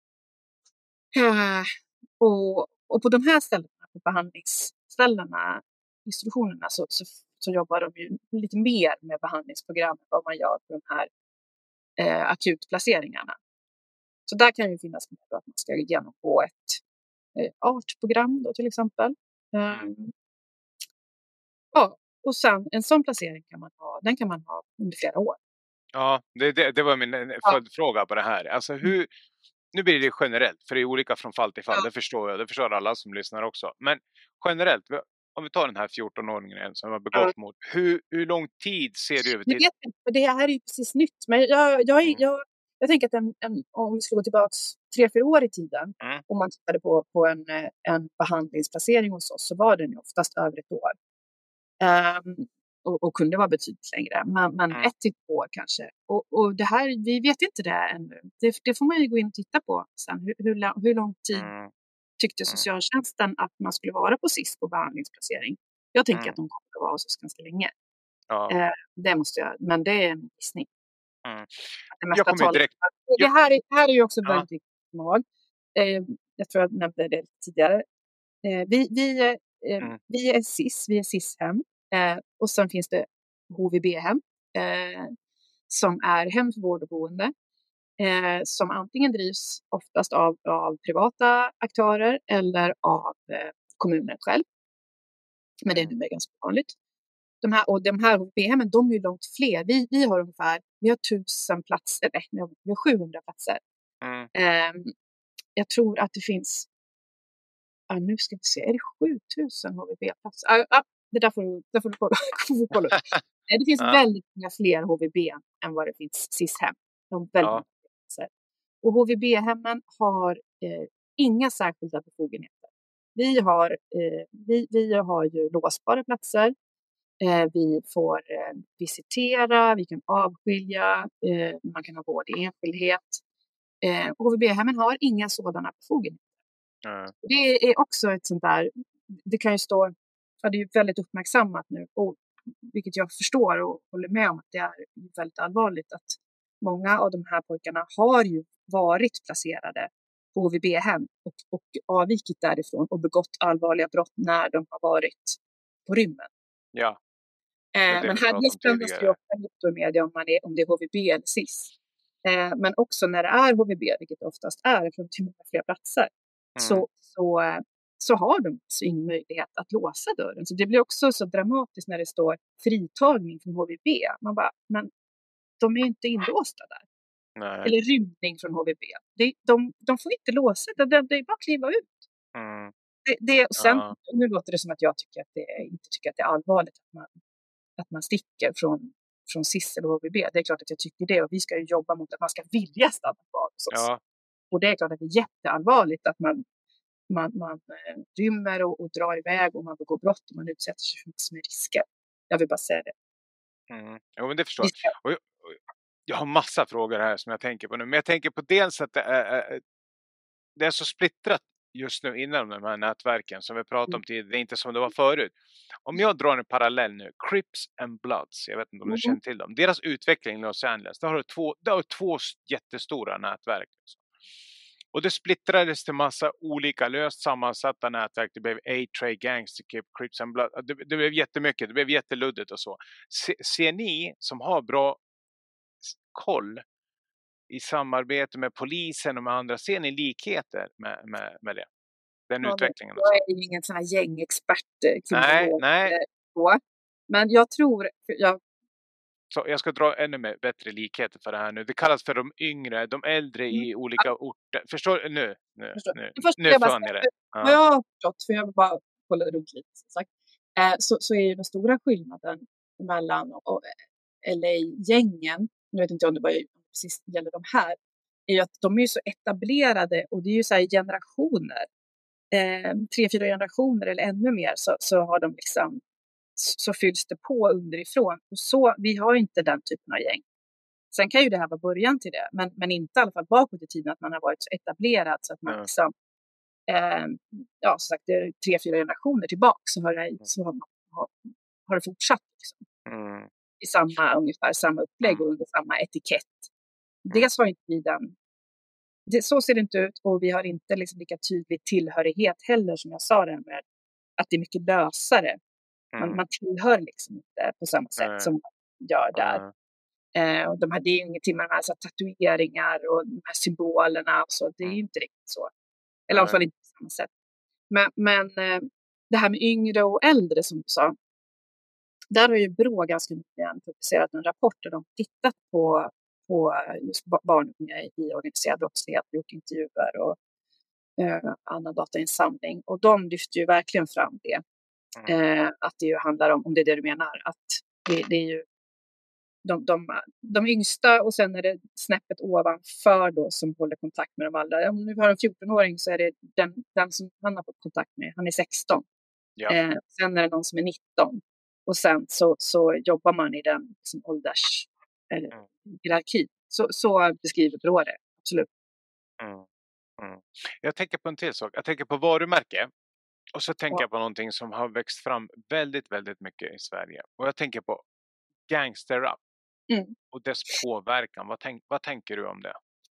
Eh, och, och på de här ställena, på behandlingsställena, institutionerna, så, så, så jobbar de ju lite mer med behandlingsprogram än vad man gör på de här eh, akutplaceringarna. Så där kan ju finnas med att man ska genomgå ett eh, artprogram då, till exempel. Um, ja, och sen en sån placering kan man ha, den kan man ha under flera år. Ja, det, det, det var min Ja. följdfråga på det här. Alltså hur, nu blir det generellt, för det är olika från fall till fall. Ja. Det förstår jag, det förstår alla som lyssnar också. Men generellt, om vi tar den här fjorton-åringen som har begått Ja. mord. Hur, hur lång tid ser du över Jag till? vet inte, för det här är ju precis nytt. Men jag, jag, Mm. jag, jag tänker att en, en, om vi skulle gå tillbaka tre, fyra år i tiden, Mm. om man tittade på, på en, eh, en behandlingsplacering hos oss, så var den ju oftast över ett år. Um, och, och kunde vara betydligt längre. Men, men Mm. ett till två år kanske. Och, och det här, vi vet inte det ännu. Det, det får man ju gå in och titta på sen. Hur, hur, lång- hur lång tid Mm. tyckte Mm. socialtjänsten att man skulle vara på S I S på behandlingsplacering? Jag tänker Mm. att de kommer att vara hos oss ganska länge. Ja. Eh, det måste jag, men det är en gissning. Mm. Det mesta Jag kommer ju talar- direkt... det, jag- här är, det här är ju också Ja. väldigt viktigt att komma ihåg. Eh, jag tror jag nämnde det tidigare. Eh, vi, vi, eh, Mm. vi är S I S, vi är S I S-hem. Eh, och sen finns det H V B-hem eh, som är hem för vård och boende. Eh, som antingen drivs oftast av, av privata aktörer eller av eh, kommunen själv. Men det är nu ganska vanligt. De här, och de här H V B-hemmen, de är ju långt fler. Vi, vi har ungefär, vi har tusen platser, nej, vi har sjuhundra platser. Mm. Eh, jag tror att det finns, ja, nu ska vi se, är det sjutusen H V B-platser? Ah, ah, det där får du, där får du kolla. får du kolla upp. Eh, det finns Ja. väldigt många fler H V B än vad det finns S I S-hem. De är väldigt Ja. många platser. Och H V B-hemmen har eh, inga särskilda befogenheter. Vi har, eh, vi, vi har ju låsbara platser. Eh, vi får eh, visitera, vi kan avskilja, eh, man kan ha vård i enskildhet. Eh, H V B-hemmen har inga sådana befogenheter. Mm. Det är också ett sånt där, det kan ju stå, ja, det är ju väldigt uppmärksammat nu, och, vilket jag förstår och håller med om att det är väldigt allvarligt att många av de här pojkarna har ju varit placerade på H V B-hem och, och avvikit därifrån och begått allvarliga brott när de har varit på rymmen. Ja. Eh, det men vi här pratade om blandas det ju tidigare. ofta ihop i media om, man är, om det är H V B eller S I S. Eh, men också när det är H V B, vilket det oftast är, från till många fler platser, Mm. så, så, eh, så har de alltså ingen möjlighet att låsa dörren. Så det blir också så dramatiskt när det står fritagning från H V B. Man bara, men de är ju inte inlåsta där. Nej. Eller rymning från H V B. Det, de, de får inte låsa det, det, det är bara att kliva ut. Mm. Det, det, och sen, Ja. nu låter det som att jag tycker att det, inte tycker att det är allvarligt att man, att man sticker från, från S I S eller H V B. Det är klart att jag tycker det, och vi ska ju jobba mot att man ska vilja stanna kvar hos oss. Ja. Och det är klart att det är jätteallvarligt att man, man, man eh, rymmer och, och drar iväg och man begår brott och man utsätter sig för massor med risker. Jag vill bara säga det. Mm. Jo, men det förstår Vi jag. ska- Och jag. och Jag har massa frågor här som jag tänker på nu. Men jag tänker på dels att det är, är- det är så splittrat just nu inom de här nätverken som vi pratade om tidigare. Det är inte som det var förut. Om jag drar en parallell nu. Crips and Bloods. Jag vet inte om du Mm. känner till dem. Deras utveckling i Los Angeles. Där har du två, där har du två jättestora nätverk. Och det splittrades till massa olika löst sammansatta nätverk. Det blev A-Tray, Gangster, Crips and Bloods. Det, det blev jättemycket. Det blev jätteluddigt och så. Se, ser ni som har bra koll i samarbete med polisen och med andra, ser ni likheter med, med, med det? Den Ja, utvecklingen och jag så. är ju ingen sån här gängexpert, eh, Nej, kriminolog. nej. eh, Så. Men jag tror, jag, Så jag ska dra ännu mer, bättre likheter för det här nu. Det kallas för de yngre, de äldre i Mm. olika orter. Förstår du? Nu, nu, förstår. nu, Men först nu vill jag bara får ni säga, det. för vad Ja. jag har förstått, för jag vill bara kolla runt lite, som sagt, eh, så, så är ju den stora skillnaden mellan och, L A-gängen, nu vet inte jag om det bara precis gäller de här, är ju att de är ju så etablerade och det är ju så här generationer, eh, tre, fyra generationer eller ännu mer, så, så har de liksom, så fylls det på underifrån. Och så, vi har inte den typen av gäng. Sen kan ju det här vara början till det, men, men inte i alla fall bakåt i tiden att man har varit så etablerad så att man Ja. liksom, eh, ja, som sagt, det är tre, fyra generationer tillbaka så har det, så har, har, har det fortsatt liksom, Mm. i samma, ungefär samma upplägg Mm. och under samma etikett. Mm. Dels har inte vi den, det, så ser det inte ut, och vi har inte liksom lika tydlig tillhörighet heller, som jag sa det här med att det är mycket lösare. Man, Mm. man tillhör liksom inte på samma sätt Nej. som man gör där. Mm. Eh, och de här, det är ju ingenting med de här, så här tatueringar och de här symbolerna och så. Det är ju Mm. inte riktigt så. Eller i alla fall inte på samma sätt. Men, men eh, det här med yngre och äldre som du sa. Där har ju Brå ganska nyligen publicerat en rapport där de tittat på, på just barn och unga i organiserad brottslighet, gjort intervjuer och eh, annan datainsamling. Och de lyfter ju verkligen fram det. Eh, att det ju handlar om, om det är det du menar, att det, det är ju de, de, de yngsta och sen är det snäppet ovanför då som håller kontakt med de andra. Om vi har en fjorton-åring så är det den, den som han har fått kontakt med, han är sexton. Ja. Eh, sen är det någon som är nitton. Och sen så, så jobbar man i den liksom, ålders eller, Mm. hierarki. Så, så beskriver Brå det, absolut. Mm. Mm. Jag tänker på en till sak. Jag tänker på varumärke. Och så tänker Ja. jag på någonting som har växt fram väldigt, väldigt mycket i Sverige. Och jag tänker på gangsterrap Mm. och dess påverkan. Vad, tänk, vad tänker du om det?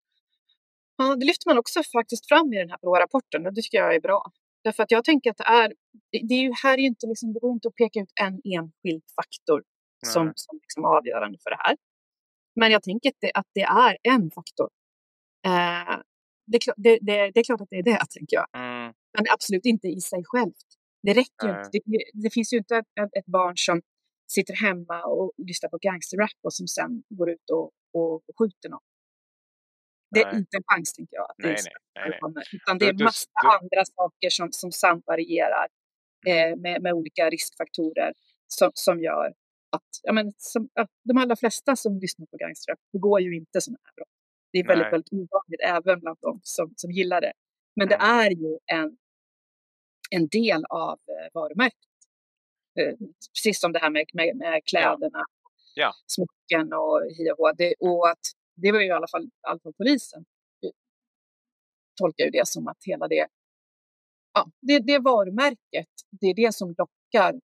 Ja, det lyfter man också faktiskt fram i den här Brå-rapporten och det tycker jag är bra. Därför att jag tänker att det är, det är ju här är ju inte liksom, det går inte att peka ut en enskild faktor som, Nej. som liksom avgörande för det här. Men jag tänker att det, att det är en faktor. Eh, det, är klart, det, det, det är klart att det är det, tänker jag. Mm. Men absolut inte i sig självt. Det räcker ju Nej. inte. Det, det finns ju inte ett, ett barn som sitter hemma och lyssnar på gangsterrap och som sen går ut och, och, och skjuter någon. Det är Nej. inte en chans, tänker jag. Att Nej, det nej, nej, nej. kommer. Utan Du- det är du- massa du- andra saker som, som samt varierar eh, med, med olika riskfaktorer som, som gör att ja, men, som, ja, de allra flesta som lyssnar på gangsterrap begår ju inte sådana här brott. Det är väldigt, Nej. väldigt ovanligt även bland de som, som gillar det. Men det Mm. är ju en, en del av eh, varumärket. Eh, precis som det här med, med, med kläderna, Ja. smycken och hi och hå. Det, och att det var ju i alla fall, i alla fall polisen tolkar ju det som att hela det, ja, det, det varumärket, det är det som lockar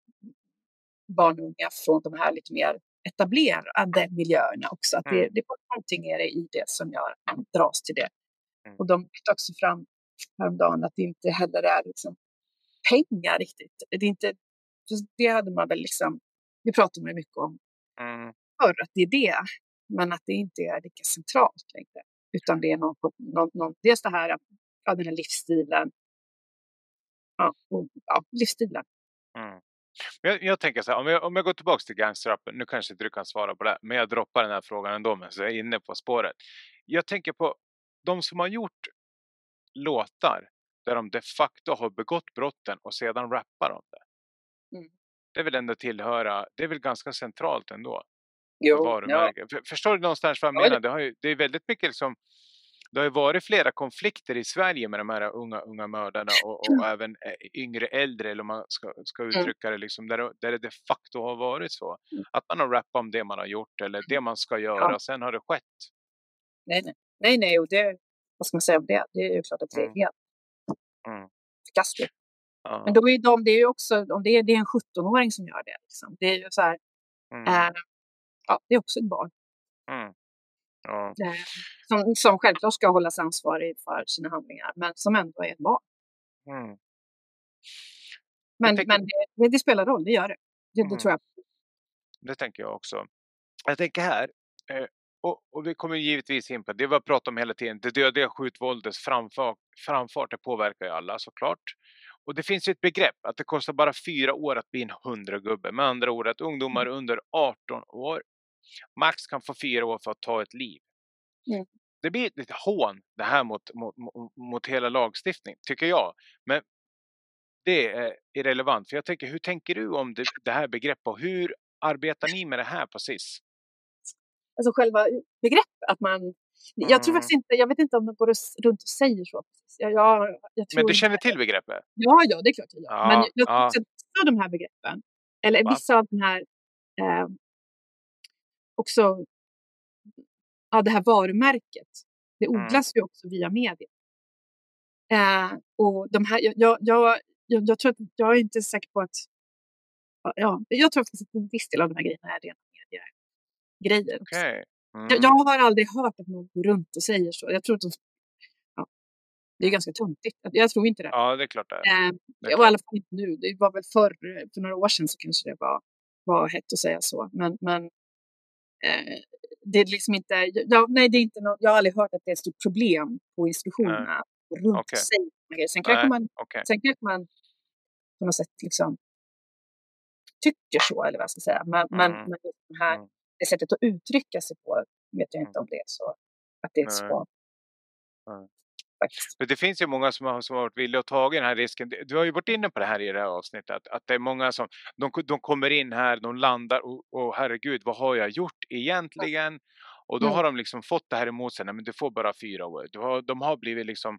barn och unga från de här lite mer etablerade miljöerna också. Att det, Mm. det är någonting är det i det som gör att man dras till det. Mm. Och de lyfter också fram häromdagen att det inte heller är liksom pengar riktigt. Det är inte, det hade man väl liksom, det pratar man ju mycket om Mm. förr, att det är det, men att det inte är lika centralt längre. Utan det är någon, någon, någon dels det här, ja, den här livsstilen. Ja, och, ja livsstilen. Mm. Jag, jag tänker så här, om jag, om jag går tillbaka till gangsterrappen, nu kanske inte du kan svara på det, men jag droppar den här frågan ändå, men så är jag inne på spåret. Jag tänker på de som har gjort låtar där de de facto har begått brotten och sedan rappar om det. Mm. Det vill ändå tillhöra, det är väl ganska centralt ändå. Jo, ja. Varumärke. För, förstår du någonstans vad jag Ja, menar? det- Det, har ju, det är väldigt mycket liksom, det har ju varit flera konflikter i Sverige med de här unga, unga mördarna och, och även eh, yngre äldre, eller om man ska, ska uttrycka det, liksom, där, det- där det de facto har varit så. Mm. Att man har rappat om det man har gjort eller det man ska göra, Ja. sen har det skett. Nej, nej. Nej, nej, och det, vad ska man säga om det? Det är ju klart att det är Mm. helt Mm. förkastligt. Ja. Men då är de, det är ju också, om det är, det är en sjutton-åring som gör det. Liksom. Det är ju så här, Mm. eh, ja, det är också ett barn. Mm. Ja. Eh, som, som självklart ska hållas ansvarig för sina handlingar, men som ändå är ett barn. Mm. Men, tänker- men det, det spelar roll, det gör det. Det, det Mm. tror jag. Det tänker jag också. Jag tänker här, eh, och, och vi kommer givetvis in på det vi har pratat om hela tiden. Det dödliga skjutvåldets framfart, framfart det påverkar ju alla såklart. Och det finns ju ett begrepp att det kostar bara fyra år att bli en hundragubbe. Med andra ord att ungdomar under arton år max kan få fyra år för att ta ett liv. Mm. Det blir ett lite hån det här mot, mot, mot, mot hela lagstiftningen, tycker jag. Men det är irrelevant. För jag tänker, hur tänker du om det, det här begreppet? Och hur arbetar ni med det här på S I S? Alltså själva begreppet att man, jag tror Mm. faktiskt inte, jag vet inte om de går runt och säger så. Jag, jag, jag tror Men du inte- känner till begreppet? Ja, ja, det är klart jag gör. Ja, Men jag, jag tror ja. också att vissa av de här begreppen, eller Va? vissa av de här, eh, också, ja, det här varumärket, det Mm. odlas ju också via media. Eh, och de här, jag, jag, jag, jag, jag tror att, jag är inte säker på att, ja, jag tror faktiskt att en viss del av de här grejerna är rena mediegrejer också. Okej. Mm. Jag, jag har aldrig hört att någon går runt och säger så. Jag tror att de, ja, det är ganska tuntigt. Jag, jag tror inte det. Ja, det är klart det är. Eh, Det är och i alla fall inte nu. Det var väl förr, för några år sedan så kanske det var, var hett att säga så. Men, men eh, det är liksom inte, ja, nej, det är inte något, jag har aldrig hört att det är ett stort problem på institutionerna. Runt Okej. sig. Sen kanske Nej, man, okej. sen kanske man på något sätt liksom tycker så, eller vad jag ska säga. Men, men, Mm. men just det här, Mm. det sättet att uttrycka sig på vet jag inte om det är så. Att det är Nej. så. Nej. faktiskt. För det finns ju många som har, som har varit villiga att ta den här risken. Du har ju varit inne på det här i det här avsnittet. Att, att det är många som de, de kommer in här, de landar och, och herregud, vad har jag gjort egentligen? Och då Mm. har de liksom fått det här emot sig. Nej, men du får bara fyra år. Du har, de har blivit liksom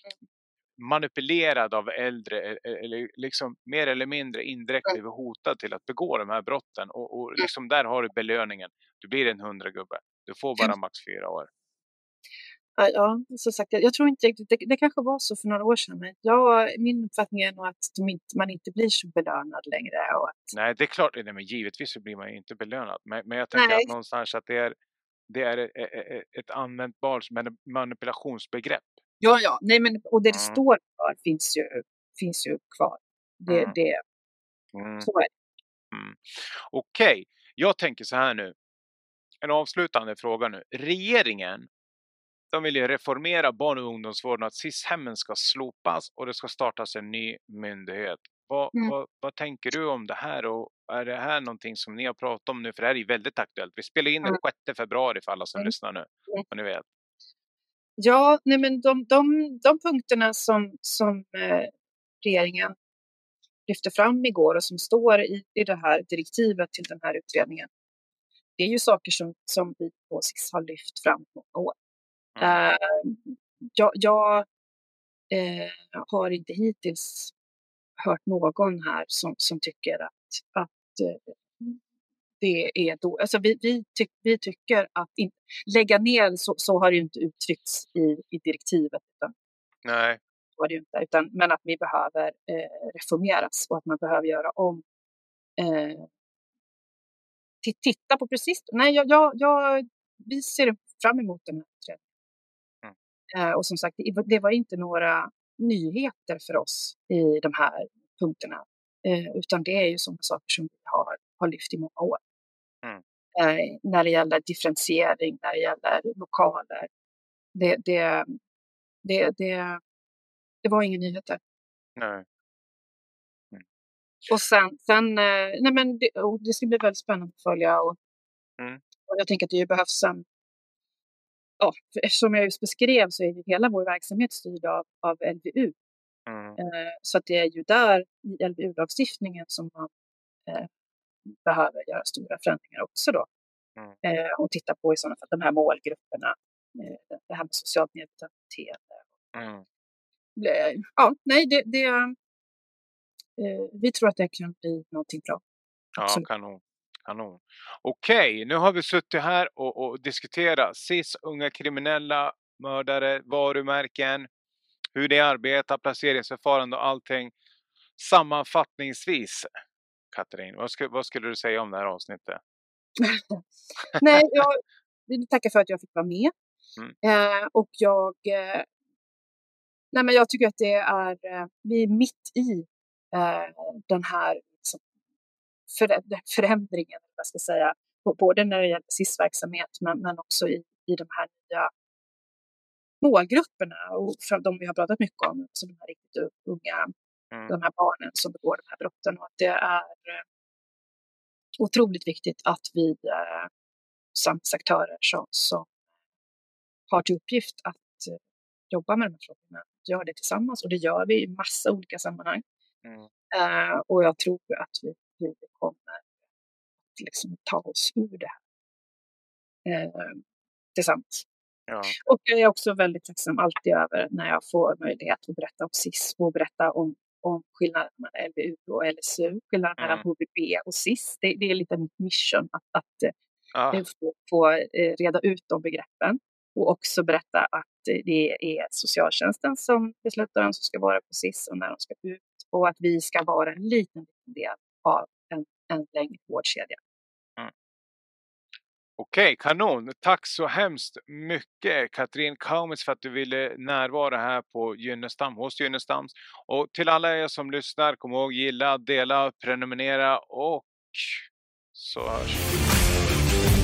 manipulerad av äldre eller liksom mer eller mindre indirekt Mm. blivit hotad till att begå de här brotten och, och liksom där har du belöningen. Du blir en hundragubbe. Du får bara max fyra år. Ja, ja, som sagt, jag, jag tror inte riktigt, det, det kanske var så för några år sedan, men jag, min uppfattning är nog att de inte, man inte blir så belönad längre. Och att... Nej, det är klart, nej, men givetvis så blir man ju inte belönad. Men, men jag tänker Nej. att någonstans att det är, det är ett, ett, ett användbart manipulationsbegrepp. Ja, ja, nej, men och det Mm. det står för finns ju, finns ju kvar. Det, Mm. det, Mm. så är det. Mm. Okej, okay. Jag tänker så här nu. En avslutande fråga nu. Regeringen, de vill ju reformera barn- och ungdomsvården, att S I S-hemmen ska slopas och det ska startas en ny myndighet. Vad, Mm. vad, vad tänker du om det här, och är det här någonting som ni har pratat om nu? För det här är ju väldigt aktuellt. Vi spelar in den Mm. sjätte februari för alla som Mm. lyssnar nu. Mm. Och ni vet. Ja, nej, men de, de, de punkterna som, som eh, regeringen lyfte fram igår och som står i, i det här direktivet till den här utredningen, det är ju saker som, som vi på S I S har lyft fram på många år. Mm. Uh, jag jag uh, har inte hittills hört någon här som, som tycker att, att uh, det är då, alltså vi, vi, ty, vi tycker att in, lägga ner, så, så har det ju inte uttryckts i, i direktivet. Utan, Nej. var det inte, utan, men att vi behöver eh, reformeras och att man behöver göra om. Eh, titta på precis, nej jag, jag, jag, vi ser fram emot den här utredningen. Mm. Eh, och som sagt, det, det var inte några nyheter för oss i de här punkterna. Eh, utan det är ju sådana saker som vi har, har lyft i många år. Mm. Eh, när det gäller differentiering, när det gäller lokaler. Det, det, det, det, det var inga nyheter. Nej. Mm. Och sen, sen nej men det, det ska bli väldigt spännande att följa. Och, mm. och jag tänker att det behövs en, ja, eftersom jag just beskrev så är ju hela vår verksamhet styrd av, av L V U. Mm. Eh, så att det är ju där i L V U-lagstiftningen som man eh, behöver göra stora förändringar också då. Mm. Eh, och titta på i sådana fall de här målgrupperna, eh, det här med socialt nedbeteende. Mm. Ja, nej, det, det eh, vi tror att det kan bli någonting bra. Absolut. Ja, kanon. kanon. Okej, nu har vi suttit här och, och diskuterat S I S, unga kriminella, mördare, varumärken, hur det arbetar, placeringsförfarande och allting. Sammanfattningsvis, Katrin, vad, sk- vad skulle du säga om det här avsnittet? Nej, jag vill tacka för att jag fick vara med. Mm. Eh, och jag, eh, nej men jag tycker att det är, eh, vi är mitt i eh, den här liksom, för, förändringen, vad ska jag säga, både när det gäller S I S-verksamhet men, men också i, i de här nya målgrupperna och för de vi har pratat mycket om, så de här riktigt unga, mm. de här barnen som begår de här brotten, och att det är eh, otroligt viktigt att vi eh, samhällsaktörer som, som har till uppgift att eh, jobba med de här frågorna gör det tillsammans, och det gör vi i massa olika sammanhang. Mm. Eh, och jag tror att vi, vi kommer att liksom ta oss ur det här eh, tillsammans. Ja. Och jag är också väldigt tacksam alltid över när jag får möjlighet att berätta om S I S och berätta om, om skillnaden mellan L V U och L S U, skillnaden mm. mellan H V B och S I S. Det, det är lite mitt mission att, att ah. få, få reda ut de begreppen och också berätta att det är socialtjänsten som beslutar vem som ska vara på S I S och när de ska ut, och att vi ska vara en liten, liten del av en, en längre vårdkedja. Mm. Okej, kanon. Tack så hemskt mycket, Katrin Kaumitz, för att du ville närvara här på Gynnestam, hos Gynnestams. Och till alla er som lyssnar, kom ihåg, gilla, dela, prenumerera och så hörs vi.